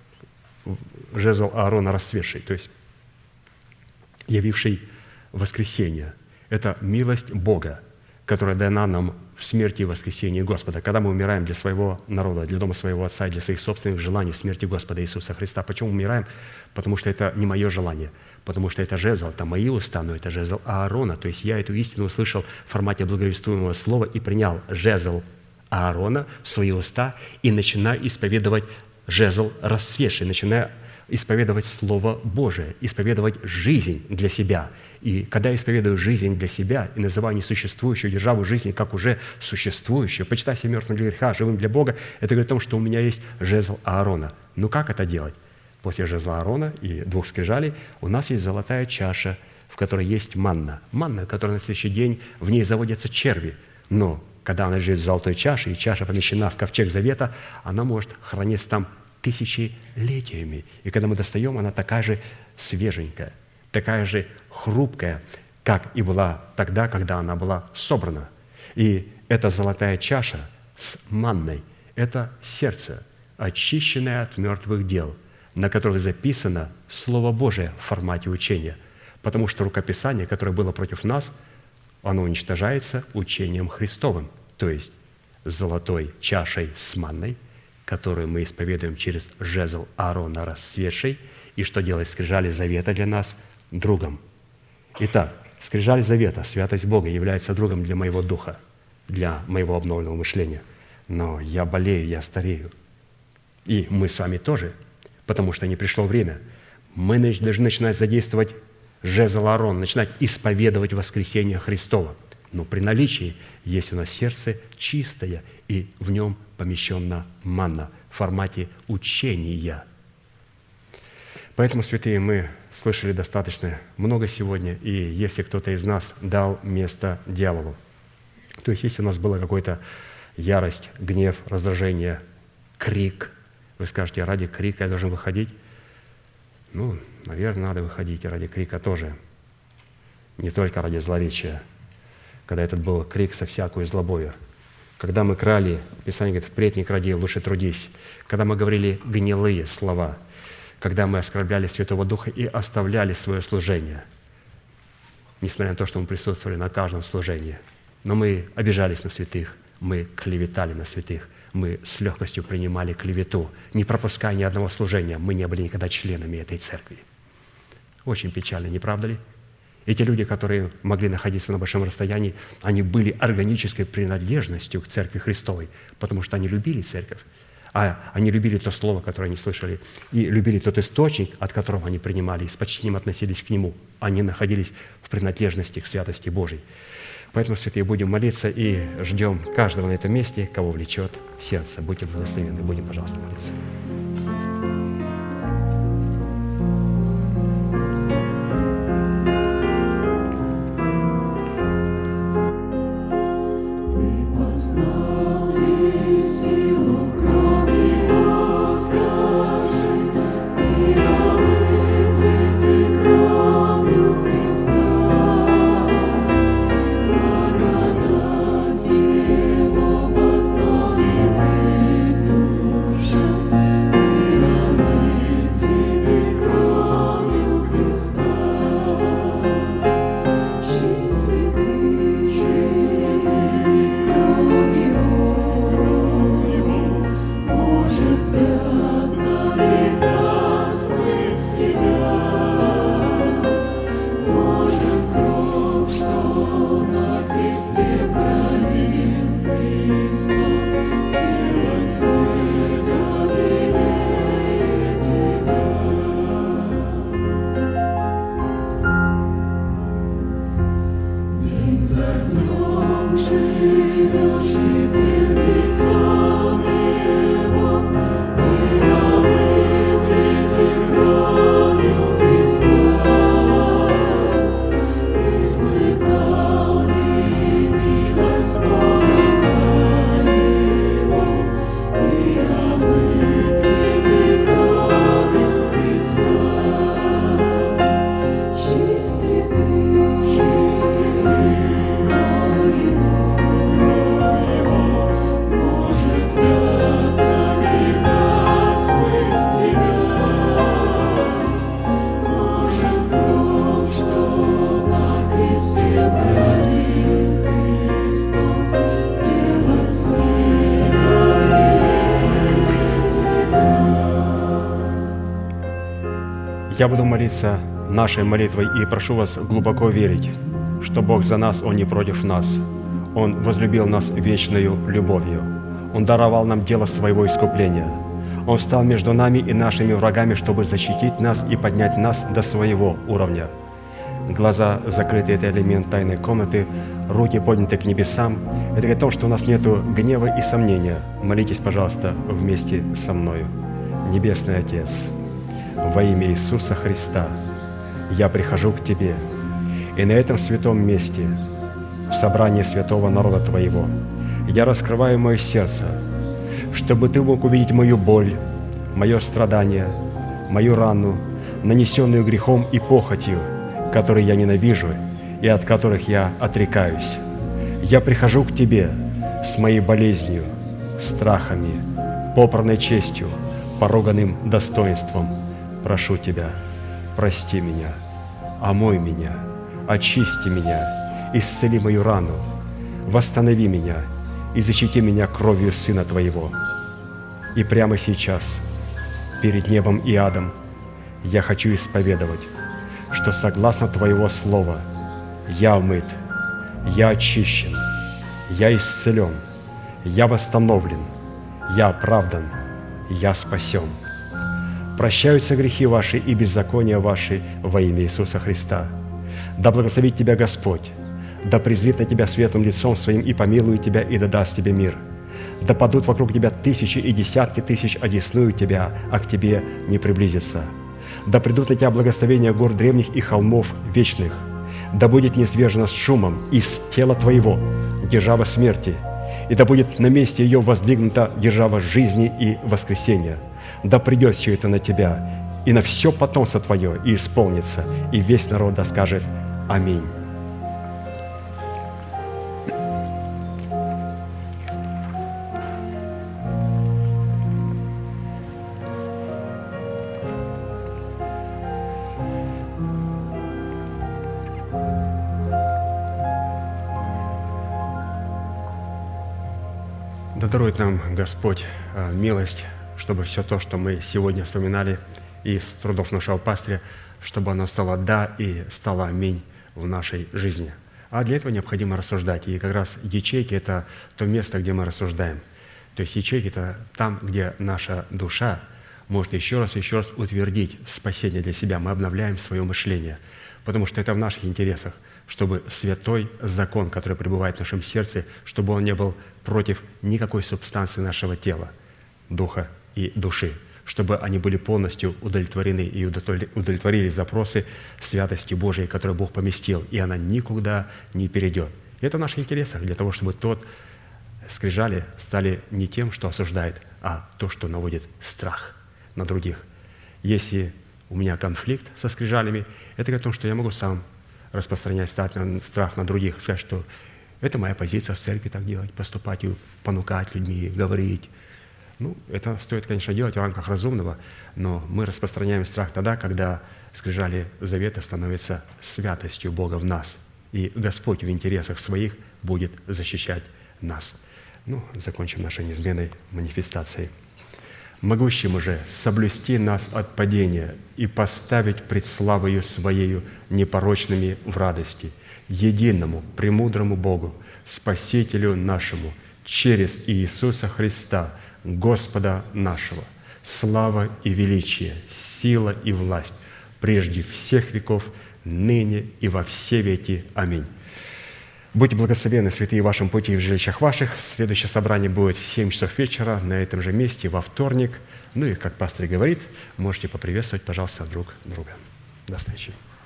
расцветший, то есть явивший воскресение. Это милость Бога, которая дана нам в смерти и воскресении Господа. Когда мы умираем для своего народа, для дома своего Отца, для своих собственных желаний в смерти Господа Иисуса Христа. Почему умираем? Потому что это не мое желание, потому что это жезл, это мои уста, но это жезл Аарона. То есть я эту истину услышал в формате благовествуемого слова и принял жезл Аарона в свои уста и начинаю исповедовать жезл расцветший, начинаю исповедовать Слово Божие, исповедовать жизнь для себя. И когда я исповедую жизнь для себя и называю несуществующую державу жизни как уже существующую, почитай себя мертвым для греха, живым для Бога, это говорит о том, что у меня есть жезл Аарона. Ну как это делать? После жезла Аарона и двух скрижалей у нас есть золотая чаша, в которой есть манна. Манна, которая на следующий день, в ней заводятся черви. Но когда она лежит в золотой чаше, и чаша помещена в ковчег завета, она может храниться там тысячелетиями. И когда мы достаем, она такая же свеженькая, такая же хрупкая, как и была тогда, когда она была собрана. И эта золотая чаша с манной – это сердце, очищенное от мертвых дел, на которых записано Слово Божие в формате учения. Потому что рукописание, которое было против нас, оно уничтожается учением Христовым, то есть золотой чашей с манной, которую мы исповедуем через жезл Аарона расцветший, и что делает скрижали завета для нас другом. Итак, скрижали завета, святость Бога, является другом для моего духа, для моего обновленного мышления. Но я болею, я старею. И мы с вами тоже, потому что не пришло время. Мы должны начинать задействовать жезл Аарона, начинать исповедовать воскресение Христова. Но при наличии есть у нас сердце чистое, и в нем помещена манна в формате учения. Поэтому, святые, мы слышали достаточно много сегодня, и если кто-то из нас дал место дьяволу, то есть если у нас была какая-то ярость, гнев, раздражение, крик, вы скажете, ради крика я должен выходить? Ну, наверное, надо выходить и ради крика тоже, не только ради злоречия, когда этот был крик со всякую злобою. когда мы крали, Писание говорит, впредь не кради, лучше трудись, когда мы говорили гнилые слова, когда мы оскорбляли Святого Духа и оставляли свое служение, несмотря на то, что мы присутствовали на каждом служении, но мы обижались на святых, мы клеветали на святых, мы с легкостью принимали клевету, не пропуская ни одного служения, мы не были никогда членами этой церкви. Очень печально, не правда ли? Эти люди, которые могли находиться на большом расстоянии, они были органической принадлежностью к Церкви Христовой, потому что они любили церковь, а они любили то слово, которое они слышали, и любили тот источник, от которого они принимали, и с почтением относились к нему. Они находились в принадлежности к святости Божией. Поэтому, святые, будем молиться и ждем каждого на этом месте, кого влечет сердце. Будьте благословенны. Будем, пожалуйста, молиться. Я буду молиться нашей молитвой и прошу вас глубоко верить, что Бог за нас, Он не против нас. Он возлюбил нас вечною любовью. Он даровал нам дело своего искупления. Он встал между нами и нашими врагами, чтобы защитить нас и поднять нас до своего уровня. Глаза закрыты – это элемент тайной комнаты, руки подняты к небесам. Это говорит о том, что у нас нет гнева и сомнения. Молитесь, пожалуйста, вместе со мною. Небесный Отец, во имя Иисуса Христа я прихожу к Тебе, и на этом святом месте, в собрании святого народа Твоего, я раскрываю мое сердце, чтобы Ты мог увидеть мою боль, мое страдание, мою рану, нанесенную грехом и похотью, которые я ненавижу и от которых я отрекаюсь. Я прихожу к Тебе с моей болезнью, страхами, попранной честью, поруганным достоинством. Прошу Тебя, прости меня, омой меня, очисти меня, исцели мою рану, восстанови меня и защити меня кровью Сына Твоего. И прямо сейчас, перед небом и адом, я хочу исповедовать, что согласно Твоего Слова я омыт, я очищен, я исцелен, я восстановлен, я оправдан, я спасен. Прощаются грехи ваши и беззакония ваши во имя Иисуса Христа. Да благословит тебя Господь, да презрит на тебя светлым лицом своим и помилует тебя, и да даст тебе мир. Да падут вокруг тебя тысячи и десятки тысяч, одесную тебя, а к тебе не приблизится. Да придут на тебя благословения гор древних и холмов вечных. Да будет низвержена с шумом из тела твоего держава смерти, и да будет на месте ее воздвигнута держава жизни и воскресения. Да придет все это на тебя и на все потомство твое, и исполнится, и весь народ да скажет Аминь. Да дарует нам Господь милость, чтобы все то, что мы сегодня вспоминали из трудов нашего пастыря, чтобы оно стало «да» и стало «аминь» в нашей жизни. А для этого необходимо рассуждать. И как раз ячейки – это то место, где мы рассуждаем. То есть ячейки – это там, где наша душа может еще раз утвердить спасение для себя. Мы обновляем свое мышление, потому что это в наших интересах, чтобы святой закон, который пребывает в нашем сердце, чтобы он не был против никакой субстанции нашего тела, духа и души, чтобы они были полностью удовлетворены и удовлетворили запросы святости Божией, которую Бог поместил, и она никуда не перейдет. И это в наших интересах, для того, чтобы скрижали стали не тем, что осуждает, а то, что наводит страх на других. Если у меня конфликт со скрижалями, это говорит о том, что я могу сам распространять страх на других, сказать, что это моя позиция в церкви так делать, поступать и понукать людьми, говорить. Это стоит, конечно, делать в рамках разумного, но мы распространяем страх тогда, когда скрижали завета становятся святостью Бога в нас, и Господь в интересах своих будет защищать нас. Закончим нашей неизменной манифестацией. «Могущему же соблюсти нас от падения и поставить пред славою Своею непорочными в радости, единому, премудрому Богу, Спасителю нашему, через Иисуса Христа, Господа нашего, слава и величие, сила и власть, прежде всех веков, ныне и во все веки. Аминь». Будьте благословенны, святые, в вашем пути и в жилищах ваших. Следующее собрание будет в 7 часов вечера на этом же месте во вторник. И, как пастор говорит, можете поприветствовать, пожалуйста, друг друга. До встречи.